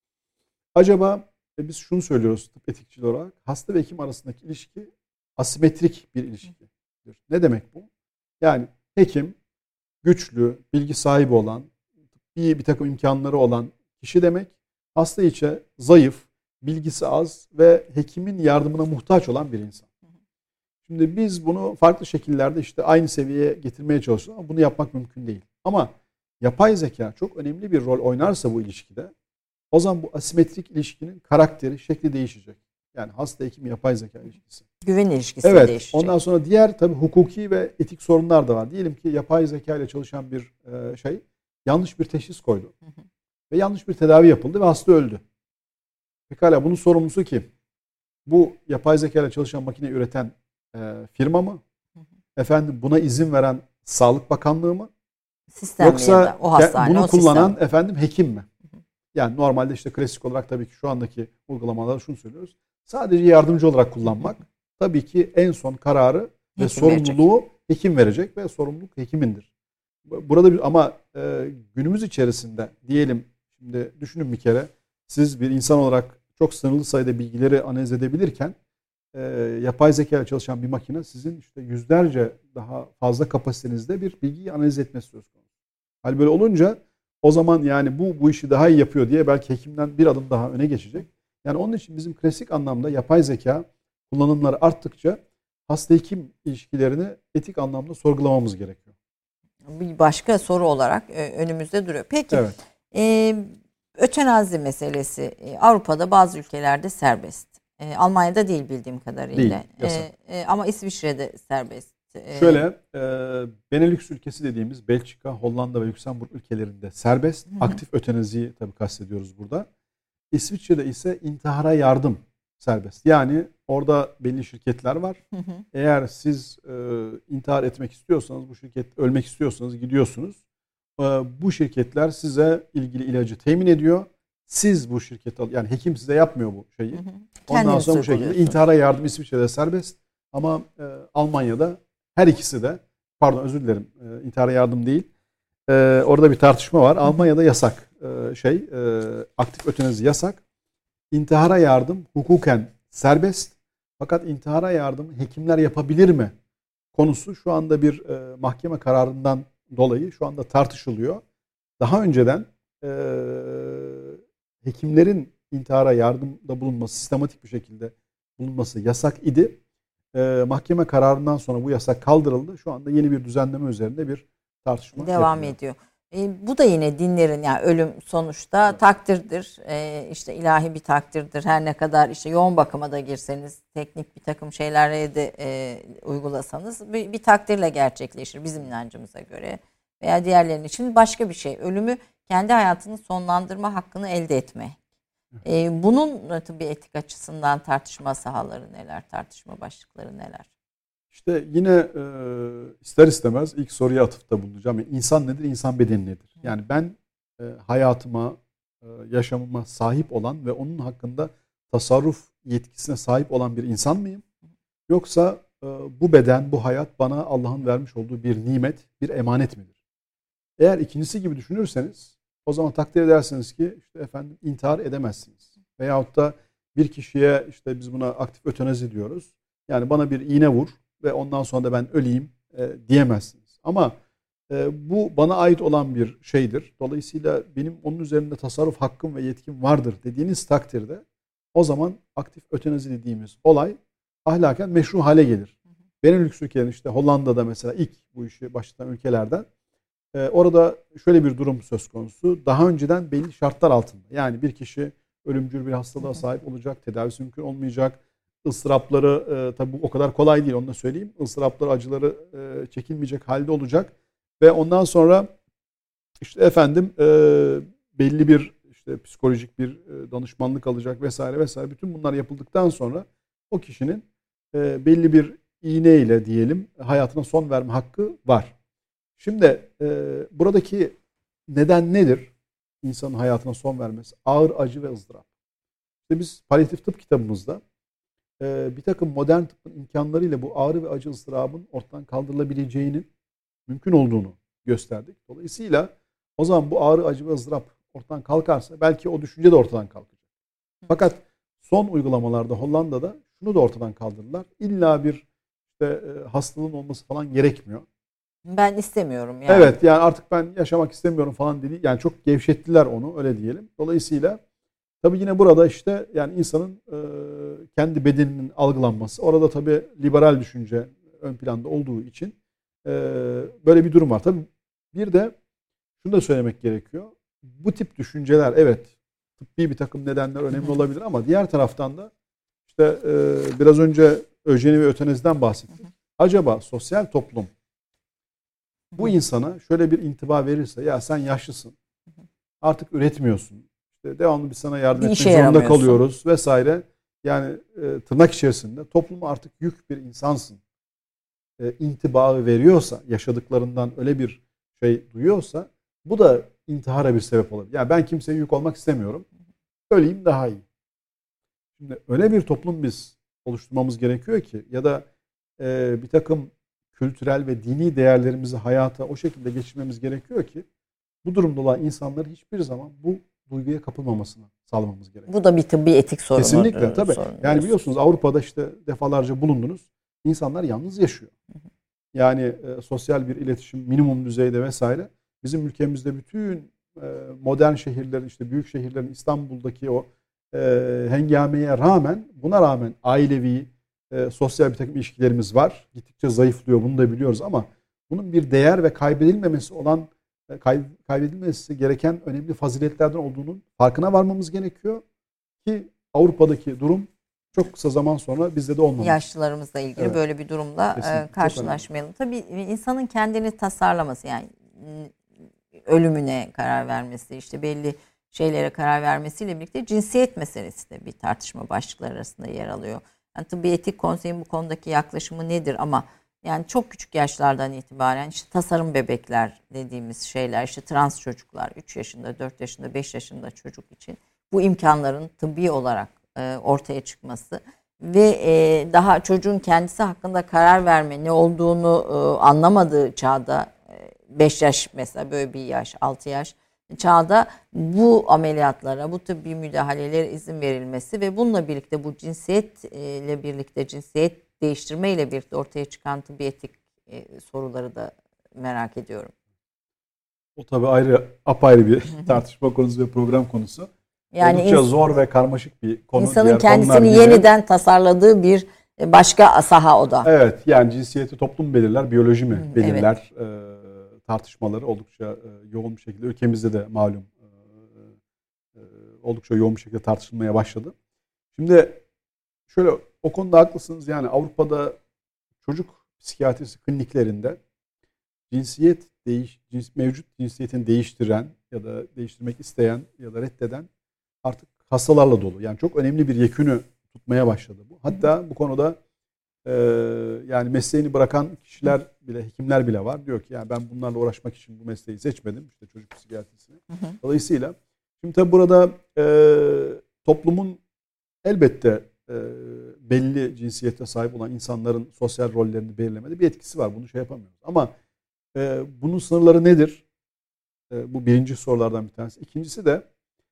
acaba biz şunu söylüyoruz tıp etikçiler olarak, hasta ve hekim arasındaki ilişki asimetrik bir ilişkidir. Ne demek bu? Yani hekim güçlü, bilgi sahibi olan, bir takım imkanları olan kişi demek. Hasta ise zayıf, bilgisi az ve hekimin yardımına muhtaç olan bir insan. Şimdi biz bunu farklı şekillerde işte aynı seviyeye getirmeye çalışıyoruz ama bunu yapmak mümkün değil. Ama yapay zeka çok önemli bir rol oynarsa bu ilişkide o zaman bu asimetrik ilişkinin karakteri, şekli değişecek. Yani hasta hekim yapay zeka ilişkisi. Güven ilişkisi değişecek. Ondan sonra diğer tabii hukuki ve etik sorunlar da var. Diyelim ki yapay zeka ile çalışan bir yanlış bir teşhis koydu. Ve yanlış bir tedavi yapıldı ve hasta öldü. Pekala bunun sorumlusu kim? Bu yapay zeka ile çalışan makine üreten firma mı? Buna izin veren Sağlık Bakanlığı mı? Sistem yoksa o hastane, bunu o kullanan sistem. Hekim mi? Yani normalde işte klasik olarak tabii ki şu andaki uygulamalarda şunu söylüyoruz. Sadece yardımcı olarak kullanmak. Tabii ki en son kararı ve sorumluluğu hekim verecek ve sorumluluk hekimindir. Burada ama günümüz içerisinde diyelim, şimdi düşünün bir kere, siz bir insan olarak çok sınırlı sayıda bilgileri analiz edebilirken yapay zeka ile çalışan bir makine sizin işte yüzlerce daha fazla kapasitenizde bir bilgiyi analiz etmesi söz konusu. Hal böyle olunca o zaman yani bu işi daha iyi yapıyor diye belki hekimden bir adım daha öne geçecek. Yani onun için bizim klasik anlamda yapay zeka kullanımları arttıkça hasta hekim ilişkilerini etik anlamda sorgulamamız gerekiyor. Bir başka soru olarak önümüzde duruyor. Peki Evet. Ötenazi meselesi Avrupa'da bazı ülkelerde serbest. Almanya'da değil bildiğim kadarıyla. Değil, yasak. Ama İsviçre'de serbest. Şöyle Benelux ülkesi dediğimiz Belçika, Hollanda ve Lüksemburg ülkelerinde serbest. Aktif ötenaziyi tabii kastediyoruz burada. İsviçre'de ise intihara yardım serbest. Yani orada belli şirketler var. Eğer siz intihar etmek istiyorsanız, bu şirket ölmek istiyorsanız gidiyorsunuz. Bu şirketler size ilgili ilacı temin ediyor. Siz bu şirketi yani hekim size yapmıyor bu şeyi. Ondan sonra bu şekilde intihara yardım İsviçre'de serbest. Ama Almanya'da her ikisi de, pardon özür dilerim, intihara yardım değil. Orada bir tartışma var. Almanya'da yasak. Aktif ötenazi yasak. İntihara yardım hukuken serbest. Fakat intihara yardım hekimler yapabilir mi konusu şu anda bir mahkeme kararından dolayı şu anda tartışılıyor. Daha önceden hekimlerin intihara yardımda bulunması, sistematik bir şekilde bulunması yasak idi. Mahkeme kararından sonra bu yasak kaldırıldı. Şu anda yeni bir düzenleme üzerinde bir tartışma devam ediyor. Bu da yine dinlerin, yani ölüm sonuçta takdirdir. İşte ilahi bir takdirdir. Her ne kadar işte yoğun bakıma da girseniz, teknik bir takım şeylere de uygulasanız bir takdirle gerçekleşir bizim inancımıza göre veya diğerlerinin için. Başka bir şey, ölümü kendi hayatını sonlandırma hakkını elde etme. Bunun tabii etik açısından tartışma sahaları neler, tartışma başlıkları neler? İşte yine ister istemez ilk soruya atıfta bulunacağım. Yani insan nedir, insan bedeni nedir? Yani ben hayatıma, yaşamıma sahip olan ve onun hakkında tasarruf yetkisine sahip olan bir insan mıyım? Yoksa bu beden, bu hayat bana Allah'ın vermiş olduğu bir nimet, bir emanet midir? Eğer ikincisi gibi düşünürseniz o zaman takdir edersiniz ki işte efendim intihar edemezsiniz. Veyahut da bir kişiye işte biz buna aktif ötenazi diyoruz. Yani bana bir iğne vur ve ondan sonra da ben öleyim diyemezsiniz. Ama bu bana ait olan bir şeydir. Dolayısıyla benim onun üzerinde tasarruf hakkım ve yetkim vardır dediğiniz takdirde o zaman aktif ötenazi dediğimiz olay ahlaken meşru hale gelir. Benelux ülkelerinin işte Hollanda'da mesela ilk bu işi başlatan ülkelerden orada şöyle bir durum söz konusu. Daha önceden belli şartlar altında. Yani bir kişi ölümcül bir hastalığa sahip olacak, tedavisi mümkün olmayacak. Isırapları tabi bu o kadar kolay değil, onu da söyleyeyim. Isırapları, acıları çekilmeyecek halde olacak. Ve ondan sonra işte efendim belli bir işte psikolojik bir danışmanlık alacak vesaire vesaire. Bütün bunlar yapıldıktan sonra o kişinin belli bir iğneyle diyelim hayatına son verme hakkı var. Şimdi buradaki neden nedir? İnsanın hayatına son vermesi. Ağır acı ve ızdırap. İşte biz palyatif tıp kitabımızda bir takım modern tıbbın imkanlarıyla bu ağrı ve acı ızdırabın ortadan kaldırılabileceğinin mümkün olduğunu gösterdik. Dolayısıyla o zaman bu ağrı, acı ve ızdırap ortadan kalkarsa belki o düşünce de ortadan kalkacak. Fakat son uygulamalarda Hollanda'da şunu da ortadan kaldırdılar. İlla bir işte hastalığın olması falan gerekmiyor. Ben istemiyorum yani. Evet, yani artık ben yaşamak istemiyorum falan dedi. Yani çok gevşettiler onu, öyle diyelim. Dolayısıyla tabii yine burada işte yani insanın kendi bedeninin algılanması. Orada tabii liberal düşünce ön planda olduğu için böyle bir durum var. Tabii bir de şunu da söylemek gerekiyor. Bu tip düşünceler evet tıbbi bir takım nedenler önemli olabilir ama diğer taraftan da işte biraz önce öjeni ve ötenaziden bahsettik. Acaba sosyal toplum bu insana şöyle bir intiba verirse, ya sen yaşlısın, artık üretmiyorsun, işte devamlı biz sana yardım etmek zorunda kalıyoruz vesaire. Yani tırnak içerisinde topluma artık yük bir insansın intibağı veriyorsa, yaşadıklarından öyle bir şey duyuyorsa, bu da intihara bir sebep olabilir. Yani ben kimseye yük olmak istemiyorum, öleyim daha iyi. Şimdi öyle bir toplum biz oluşturmamız gerekiyor ki, ya da bir takım kültürel ve dini değerlerimizi hayata o şekilde geçirmemiz gerekiyor ki bu durumda olan insanların hiçbir zaman bu duyguya kapılmamasını sağlamamız gerekiyor. Bu da bir tıbbi etik sorunu. Kesinlikle tabii. Yani biliyorsunuz Avrupa'da işte defalarca bulundunuz. İnsanlar yalnız yaşıyor. Yani sosyal bir iletişim minimum düzeyde vesaire. Bizim ülkemizde bütün modern şehirlerin, işte büyük şehirlerin, İstanbul'daki o hengameye rağmen, buna rağmen ailevi, sosyal bir takım ilişkilerimiz var. Gittikçe zayıflıyor, bunu da biliyoruz ama bunun bir değer ve kaybedilmesi gereken önemli faziletlerden olduğunun farkına varmamız gerekiyor ki Avrupa'daki durum çok kısa zaman sonra bizde de olmamış. Yaşlılarımızla ilgili böyle bir durumla karşılaşmayalım. Tabii insanın kendini tasarlaması, yani ölümüne karar vermesi, işte belli şeylere karar vermesiyle birlikte cinsiyet meselesi de bir tartışma başlıkları arasında yer alıyor. Yani Tıbbi Etik Konseyi'nin bu konudaki yaklaşımı nedir ama yani çok küçük yaşlardan itibaren işte tasarım bebekler dediğimiz şeyler, işte trans çocuklar, 3 yaşında, 4 yaşında, 5 yaşında çocuk için bu imkanların tıbbi olarak ortaya çıkması ve daha çocuğun kendisi hakkında karar verme, ne olduğunu anlamadığı çağda, 5 yaş mesela, böyle bir yaş, 6 yaş çağda bu ameliyatlara, bu tıbbi müdahalelere izin verilmesi ve bununla birlikte bu cinsiyetle birlikte, cinsiyet değiştirme ile birlikte ortaya çıkan tıbbi etik soruları da merak ediyorum. O tabii apayrı bir tartışma konusu ve program konusu. Yani oldukça zor ve karmaşık bir konu. İnsanın kendisini yeniden tasarladığı bir başka saha o da. Evet, yani cinsiyeti toplum belirler, biyoloji mi belirler? Evet. Tartışmaları oldukça yoğun bir şekilde ülkemizde de malum oldukça yoğun bir şekilde tartışılmaya başladı. Şimdi şöyle, o konuda haklısınız. Yani Avrupa'da çocuk psikiyatrisi kliniklerinde mevcut cinsiyetini değiştiren ya da değiştirmek isteyen ya da reddeden artık hastalarla dolu. Yani çok önemli bir yekünü tutmaya başladı bu. Hatta bu konuda yani mesleğini bırakan kişiler bile, hekimler bile var. Diyor ki yani ben bunlarla uğraşmak için bu mesleği seçmedim. İşte çocuk psikiyatrisini. Dolayısıyla şimdi tabi burada toplumun elbette belli cinsiyete sahip olan insanların sosyal rollerini belirlemede bir etkisi var. Bunu yapamıyoruz. Ama bunun sınırları nedir? Bu birinci sorulardan bir tanesi. İkincisi de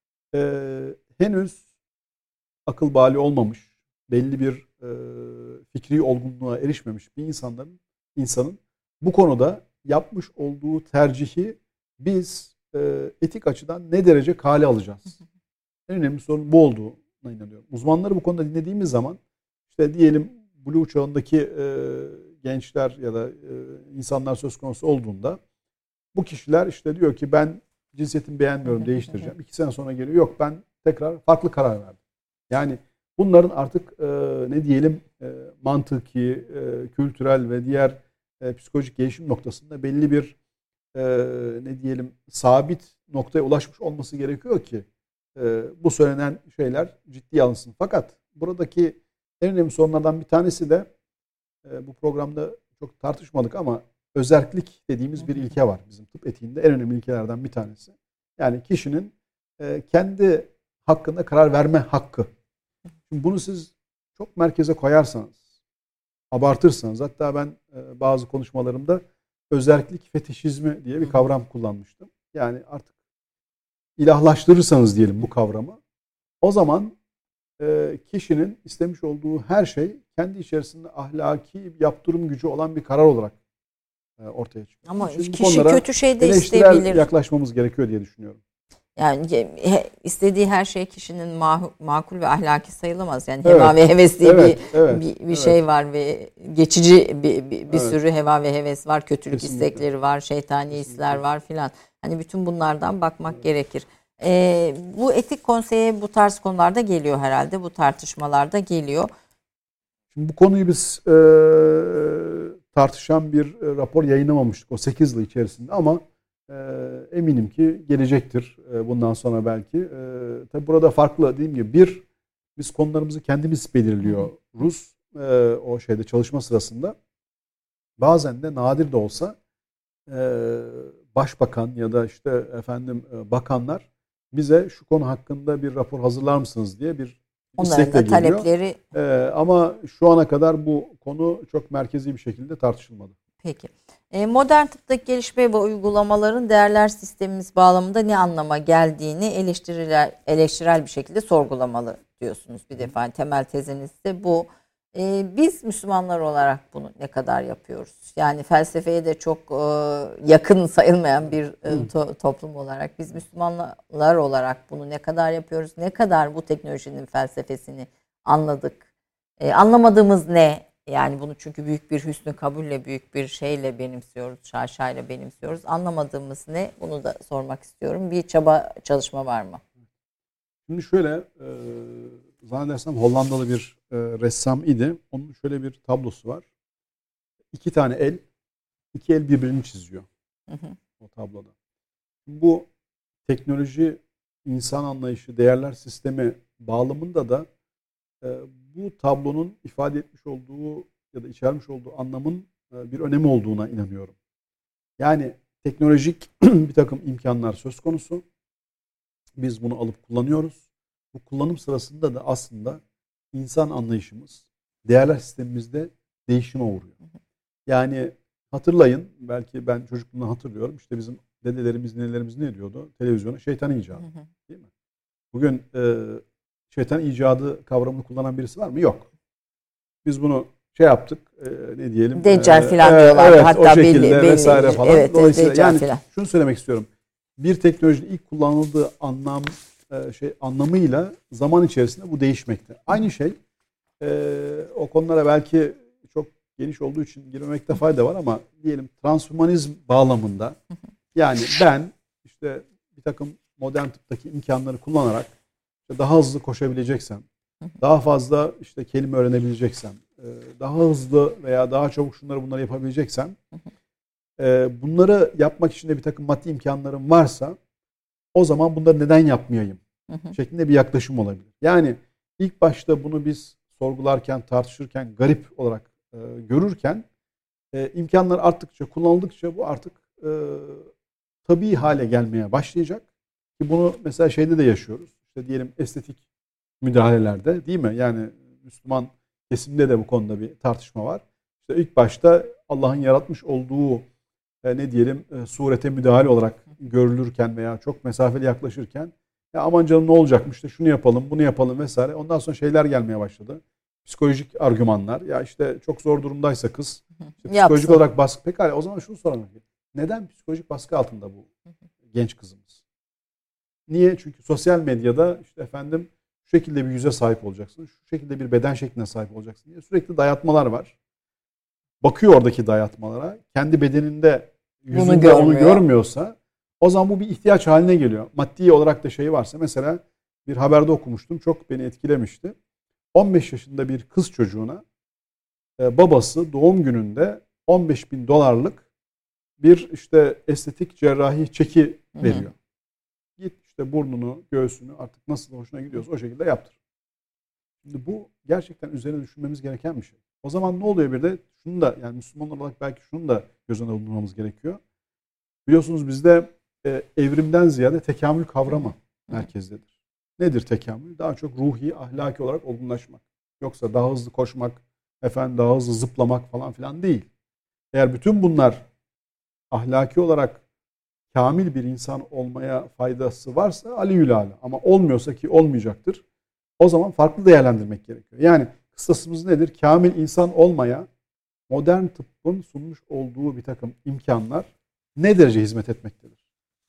henüz akıl bali olmamış, belli bir fikri olgunluğa erişmemiş bir insanın bu konuda yapmış olduğu tercihi biz etik açıdan ne derece kale alacağız? En önemli sorun bu olduğuna inanıyorum. Uzmanları bu konuda dinlediğimiz zaman işte diyelim Blue çağındaki gençler ya da insanlar söz konusu olduğunda bu kişiler işte diyor ki ben cinsiyetimi beğenmiyorum, değiştireceğim. 2 sene sonra geliyor, yok ben tekrar farklı karar verdim. Yani bunların artık ne diyelim mantıki, kültürel ve diğer psikolojik gelişim noktasında belli bir ne diyelim sabit noktaya ulaşmış olması gerekiyor ki bu söylenen şeyler ciddiye alınsın. Fakat buradaki en önemli sorunlardan bir tanesi de bu programda çok tartışmadık ama özerklik dediğimiz bir ilke var bizim tıp etiğinde, en önemli ilkelerden bir tanesi. Yani kişinin kendi hakkında karar verme hakkı. Şimdi bunu siz çok merkeze koyarsanız, abartırsanız, hatta ben bazı konuşmalarımda özerklik fetişizmi diye bir kavram kullanmıştım. Yani artık ilahlaştırırsanız diyelim bu kavramı, o zaman kişinin istemiş olduğu her şey kendi içerisinde ahlaki yaptırım gücü olan bir karar olarak ortaya çıkıyor. Ama kişi kötü şey de isteyebilir. Eleştirel yaklaşmamız gerekiyor diye düşünüyorum. Yani istediği her şey kişinin makul ve ahlaki sayılamaz. Yani heva ve heves diye bir şey var ve geçici bir sürü heva ve heves var. Kötülük istekleri var, şeytani hisler var filan. Hani bütün bunlardan bakmak gerekir. Bu etik konseye bu tarz konularda geliyor herhalde. Bu tartışmalarda geliyor. Şimdi bu konuyu biz tartışan bir rapor yayınlamamıştık o 8 yıl içerisinde ama eminim ki gelecektir bundan sonra belki. Tabi burada farklı dediğim gibi biz konularımızı kendimiz belirliyoruz o çalışma sırasında. Bazen de nadir de olsa başbakan ya da işte bakanlar bize şu konu hakkında bir rapor hazırlar mısınız diye bir istekle geliyor. Talepleri. Ama şu ana kadar bu konu çok merkezi bir şekilde tartışılmadı. Peki. Modern tıptaki gelişme ve uygulamaların değerler sistemimiz bağlamında ne anlama geldiğini eleştirel bir şekilde sorgulamalı diyorsunuz bir defa. Yani temel teziniz de bu. Biz Müslümanlar olarak bunu ne kadar yapıyoruz? Yani felsefeye de çok yakın sayılmayan bir toplum olarak biz Müslümanlar olarak bunu ne kadar yapıyoruz? Ne kadar bu teknolojinin felsefesini anladık? Anlamadığımız ne? Yani bunu çünkü büyük bir hüsnü kabulle, büyük bir şeyle benimsiyoruz, şaşayla benimsiyoruz. Anlamadığımız ne? Bunu da sormak istiyorum. Bir çalışma var mı? Şimdi şöyle, zannedersem Hollandalı bir ressam idi. Onun şöyle bir tablosu var. İki el birbirini çiziyor o tabloda. Bu teknoloji, insan anlayışı, değerler sistemi bağlamında da bu tablonun ifade etmiş olduğu ya da içermiş olduğu anlamın bir önemi olduğuna inanıyorum. Yani teknolojik bir takım imkanlar söz konusu. Biz bunu alıp kullanıyoruz. Bu kullanım sırasında da aslında insan anlayışımız, değerler sistemimizde değişime uğruyor. Yani hatırlayın, belki ben çocukluğumdan hatırlıyorum. İşte bizim dedelerimiz, ninelerimiz ne diyordu? Televizyona şeytan icadı. Değil mi? Bugün şeytan icadı kavramını kullanan birisi var mı? Yok. Biz bunu yaptık, ne diyelim? Deccal falan diyorlar. Evet, hatta o şekilde belli vesaire falan. Evet, Dolayısıyla yani falan. şunu söylemek istiyorum. Bir teknolojinin ilk kullanıldığı anlamıyla zaman içerisinde bu değişmekte. Aynı şey o konulara belki çok geniş olduğu için girmemekte fayda var ama diyelim transhumanizm bağlamında yani ben işte bir takım modern tıptaki imkanları kullanarak daha hızlı koşabileceksem, daha fazla işte kelime öğrenebileceksem, daha hızlı veya daha çabuk bunları yapabileceksem, bunları yapmak için de bir takım maddi imkanlarım varsa o zaman bunları neden yapmayayım şeklinde bir yaklaşım olabilir. Yani ilk başta bunu biz sorgularken, tartışırken, garip olarak görürken imkanlar arttıkça, kullanıldıkça bu artık tabii hale gelmeye başlayacak. Ki bunu mesela şeyde de yaşıyoruz. İşte diyelim estetik müdahalelerde, değil mi? Yani Müslüman kesimde de bu konuda bir tartışma var. İşte ilk başta Allah'ın yaratmış olduğu ne diyelim surete müdahale olarak görülürken veya çok mesafeli yaklaşırken ya aman canım ne olacakmış işte şunu yapalım, bunu yapalım vesaire. Ondan sonra şeyler gelmeye başladı. Psikolojik argümanlar. Ya işte çok zor durumdaysa kız işte psikolojik olarak baskı. Pekala o zaman şunu soralım. Neden psikolojik baskı altında bu genç kızımız? Niye? Çünkü sosyal medyada işte efendim şu şekilde bir yüze sahip olacaksın, şu şekilde bir beden şekline sahip olacaksın diye sürekli dayatmalar var. Bakıyor oradaki dayatmalara. Kendi bedeninde, yüzünde onu görmüyorsa o zaman bu bir ihtiyaç haline geliyor. Maddi olarak da şey varsa mesela bir haberde okumuştum. Çok beni etkilemişti. 15 yaşında bir kız çocuğuna babası doğum gününde $15.000 bir işte estetik cerrahi çeki veriyor. Git işte burnunu, göğsünü artık nasıl hoşuna gidiyorsa o şekilde yaptır. Şimdi bu gerçekten üzerine düşünmemiz gereken bir şey. O zaman ne oluyor bir de? Şunu da yani Müslüman olarak belki şunu da göz önüne bulundurmamız gerekiyor. Biliyorsunuz bizde evrimden ziyade tekamül kavramı merkezdedir. Nedir tekamül? Daha çok ruhi, ahlaki olarak olgunlaşmak. Yoksa daha hızlı koşmak, daha hızlı zıplamak falan filan değil. Eğer bütün bunlar ahlaki olarak kamil bir insan olmaya faydası varsa aliyülâle. Ama olmuyorsa ki olmayacaktır. O zaman farklı değerlendirmek gerekiyor. Yani kıstasımız nedir? Kamil insan olmaya modern tıbbın sunmuş olduğu bir takım imkanlar ne derece hizmet etmektedir?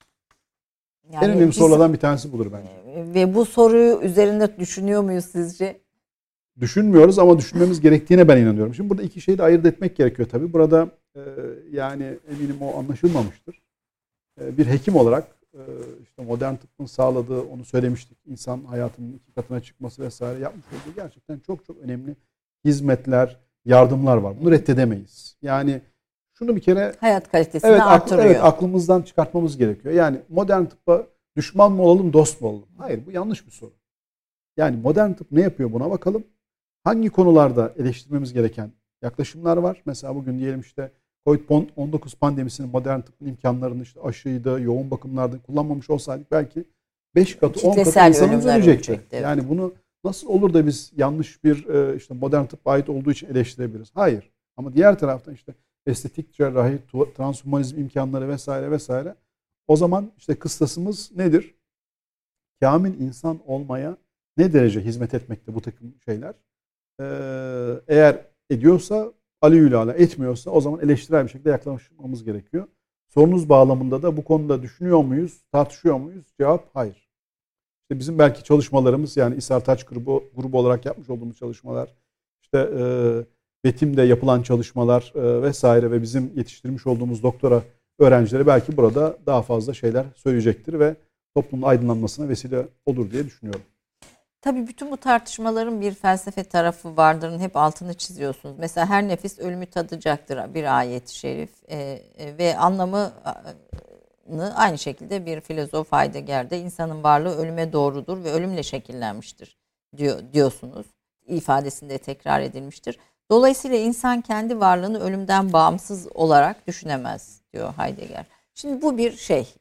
Yani en önemli sorulardan bir tanesi budur bence. Ve bu soruyu üzerinde düşünüyor muyuz sizce? Düşünmüyoruz ama düşünmemiz gerektiğine ben inanıyorum. Şimdi burada iki şeyi de ayırt etmek gerekiyor tabii. Burada yani eminim o anlaşılmamıştır. Bir hekim olarak işte modern tıbbın sağladığı, onu söylemiştik, insan hayatının 2 katına çıkması vesaire yapmış olduğu gerçekten çok çok önemli hizmetler, yardımlar var. Bunu reddedemeyiz. Yani şunu bir kere hayat kalitesini artırıyor. Evet, aklımızdan çıkartmamız gerekiyor. Yani modern tıbba düşman mı olalım, dost mu olalım? Hayır, bu yanlış bir soru. Yani modern tıp ne yapıyor buna bakalım. Hangi konularda eleştirmemiz gereken yaklaşımlar var? Mesela bugün diyelim işte Covid-19 pandemisinin modern tıbbın imkanlarını işte aşıydı, yoğun bakımlarda kullanmamış olsaydık belki 5 katı, 10 katı insanımız ölecekti. Evet. Yani bunu nasıl olur da biz yanlış bir işte modern tıbba ait olduğu için eleştirebiliriz? Hayır. Ama diğer taraftan işte estetik cerrahi, transhumanizm imkanları vesaire vesaire. O zaman işte kıstasımız nedir? Kamil insan olmaya ne derece hizmet etmekte bu takım şeyler? Eğer ediyorsa aleyhülâlâ, etmiyorsa o zaman eleştirel bir şekilde yaklaşmamız gerekiyor. Sorunuz bağlamında da bu konuda düşünüyor muyuz, tartışıyor muyuz? Cevap hayır. İşte bizim belki çalışmalarımız, yani İshar Taç grubu olarak yapmış olduğumuz çalışmalar, işte Betim'de yapılan çalışmalar vesaire ve bizim yetiştirmiş olduğumuz doktora öğrencileri belki burada daha fazla şeyler söyleyecektir ve toplumun aydınlanmasına vesile olur diye düşünüyorum. Tabii bütün bu tartışmaların bir felsefe tarafı vardırın, hep altını çiziyorsunuz. Mesela her nefis ölümü tadacaktır bir ayet-i şerif ve anlamı aynı şekilde bir filozof Heidegger de insanın varlığı ölüme doğrudur ve ölümle şekillenmiştir diyorsunuz. İfadesinde tekrar edilmiştir. Dolayısıyla insan kendi varlığını ölümden bağımsız olarak düşünemez diyor Heidegger. Şimdi bu bir şey,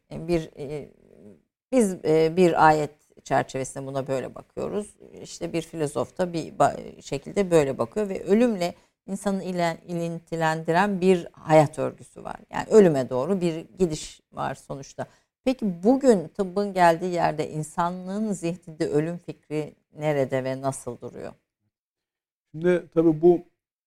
biz bir ayet çerçevesinde buna böyle bakıyoruz. İşte bir filozof da bir şekilde böyle bakıyor ve ölümle insanı ilintilendiren bir hayat örgüsü var. Yani ölüme doğru bir gidiş var sonuçta. Peki bugün tıbbın geldiği yerde insanlığın zihninde ölüm fikri nerede ve nasıl duruyor? Şimdi tabii bu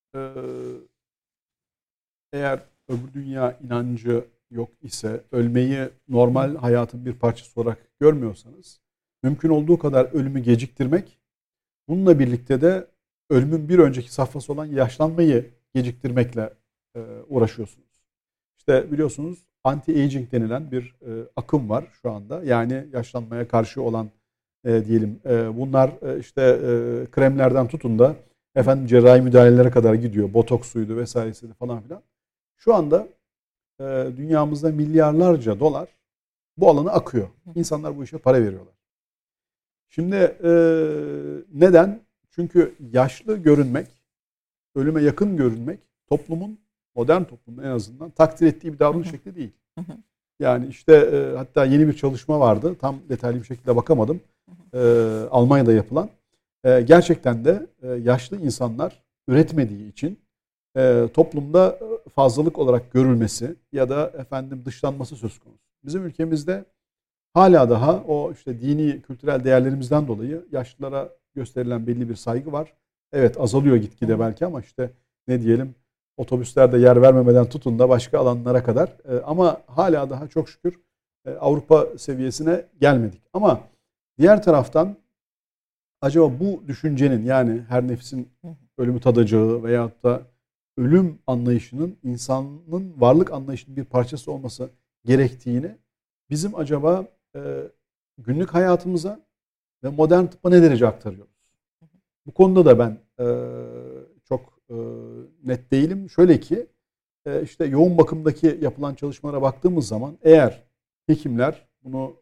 eğer öbür dünya inancı yok ise, ölmeyi normal hayatın bir parçası olarak görmüyorsanız, mümkün olduğu kadar ölümü geciktirmek, bununla birlikte de ölümün bir önceki safhası olan yaşlanmayı geciktirmekle uğraşıyorsunuz. İşte biliyorsunuz anti-aging denilen bir akım var şu anda. Yani yaşlanmaya karşı olan diyelim bunlar işte kremlerden tutun da efendim cerrahi müdahalelere kadar gidiyor. Botoksuydu vesairesiydi falan filan. Şu anda dünyamızda milyarlarca dolar bu alana akıyor. İnsanlar bu işe para veriyorlar. Şimdi neden? Çünkü yaşlı görünmek, ölüme yakın görünmek toplumun, modern toplumun en azından takdir ettiği bir davranış şekli değil. Yani işte hatta yeni bir çalışma vardı. Tam detaylı bir şekilde bakamadım. Almanya'da yapılan. Gerçekten de yaşlı insanlar üretmediği için toplumda fazlalık olarak görülmesi ya da efendim dışlanması söz konusu. Bizim ülkemizde hala daha o işte dini, kültürel değerlerimizden dolayı yaşlılara gösterilen belli bir saygı var. Evet, azalıyor gitgide belki ama işte ne diyelim, otobüslerde yer vermemeden tutun da başka alanlara kadar. Ama hala daha çok şükür Avrupa seviyesine gelmedik. Ama diğer taraftan acaba bu düşüncenin, yani her nefsin ölümü tadacağı veyahut da ölüm anlayışının insanın varlık anlayışının bir parçası olması gerektiğini bizim acaba günlük hayatımıza ve modern tıbba ne derece aktarıyoruz? Bu konuda da ben çok net değilim. Şöyle ki işte yoğun bakımdaki yapılan çalışmalara baktığımız zaman eğer hekimler bunu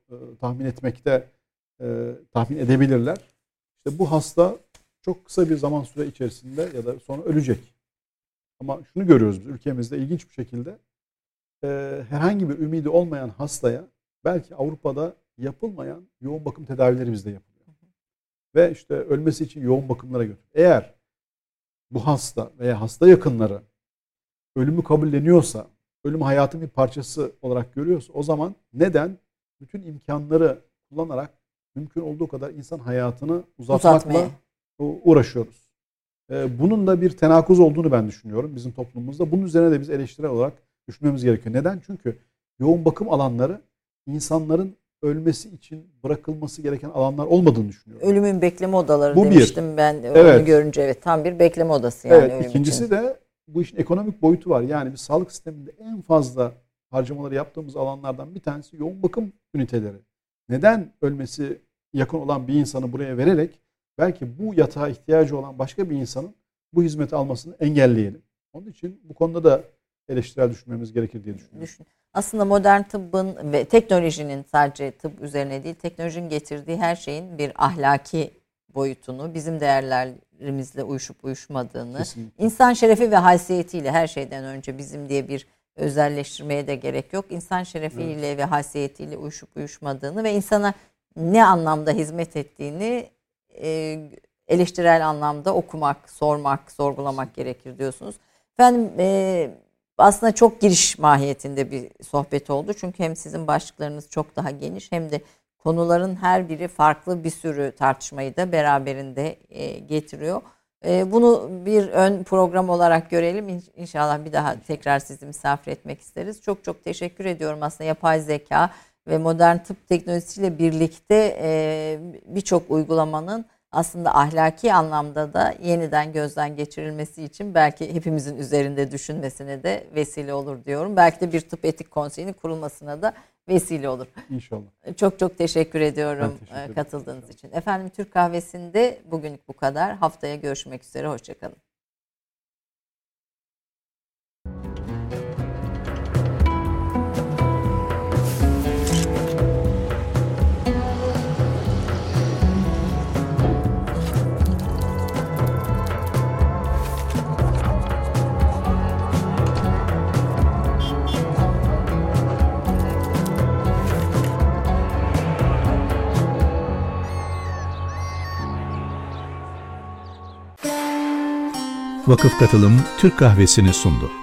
tahmin edebilirler. İşte bu hasta çok kısa bir zaman süre içerisinde ya da sonra ölecek. Ama şunu görüyoruz biz ülkemizde ilginç bir şekilde herhangi bir ümidi olmayan hastaya belki Avrupa'da yapılmayan yoğun bakım tedavileri bizde yapılıyor. Ve işte ölmesi için yoğun bakımlara götürüyor. Eğer bu hasta veya hasta yakınları ölümü kabulleniyorsa, ölüm hayatın bir parçası olarak görüyorsa, o zaman neden bütün imkanları kullanarak mümkün olduğu kadar insan hayatını uzatmakla uğraşıyoruz? Bunun da bir tenakuz olduğunu ben düşünüyorum bizim toplumumuzda. Bunun üzerine de biz eleştirel olarak düşünmemiz gerekiyor. Neden? Çünkü yoğun bakım alanları insanların ölmesi için bırakılması gereken alanlar olmadığını düşünüyorum. Ölümün bekleme odaları bu demiştim ben onu görünce. Evet, tam bir bekleme odası yani evet, ölüm ikincisi için. de bu işin ekonomik boyutu var. Yani biz sağlık sisteminde en fazla harcamaları yaptığımız alanlardan bir tanesi yoğun bakım üniteleri. Neden ölmesi yakın olan bir insanı buraya vererek belki bu yatağa ihtiyacı olan başka bir insanın bu hizmeti almasını engelleyelim. Onun için bu konuda da eleştirel düşünmemiz gerekir diye düşünüyorum. Aslında modern tıbbın ve teknolojinin, sadece tıp üzerine değil, teknolojinin getirdiği her şeyin bir ahlaki boyutunu, bizim değerlerimizle uyuşup uyuşmadığını, kesinlikle, insan şerefi ve haysiyetiyle, her şeyden önce bizim diye bir özelleştirmeye de gerek yok. İnsan şerefiyle ve haysiyetiyle uyuşup uyuşmadığını ve insana ne anlamda hizmet ettiğini eleştirel anlamda okumak, sormak, sorgulamak gerekir diyorsunuz. Efendim aslında çok giriş mahiyetinde bir sohbet oldu. Çünkü hem sizin başlıklarınız çok daha geniş hem de konuların her biri farklı, bir sürü tartışmayı da beraberinde getiriyor. Bunu bir ön program olarak görelim. İnşallah bir daha tekrar sizi misafir etmek isteriz. Çok çok teşekkür ediyorum. Aslında yapay zeka ve modern tıp teknolojisiyle birlikte birçok uygulamanın aslında ahlaki anlamda da yeniden gözden geçirilmesi için belki hepimizin üzerinde düşünmesine de vesile olur diyorum. Belki de bir tıp etik konseyinin kurulmasına da vesile olur. İnşallah. Çok çok teşekkür ediyorum teşekkür katıldığınız için. Efendim, Türk Kahvesi'nde bugünlük bu kadar. Haftaya görüşmek üzere. Hoşçakalın. Vakıf Katılım Türk Kahvesi'ni sundu.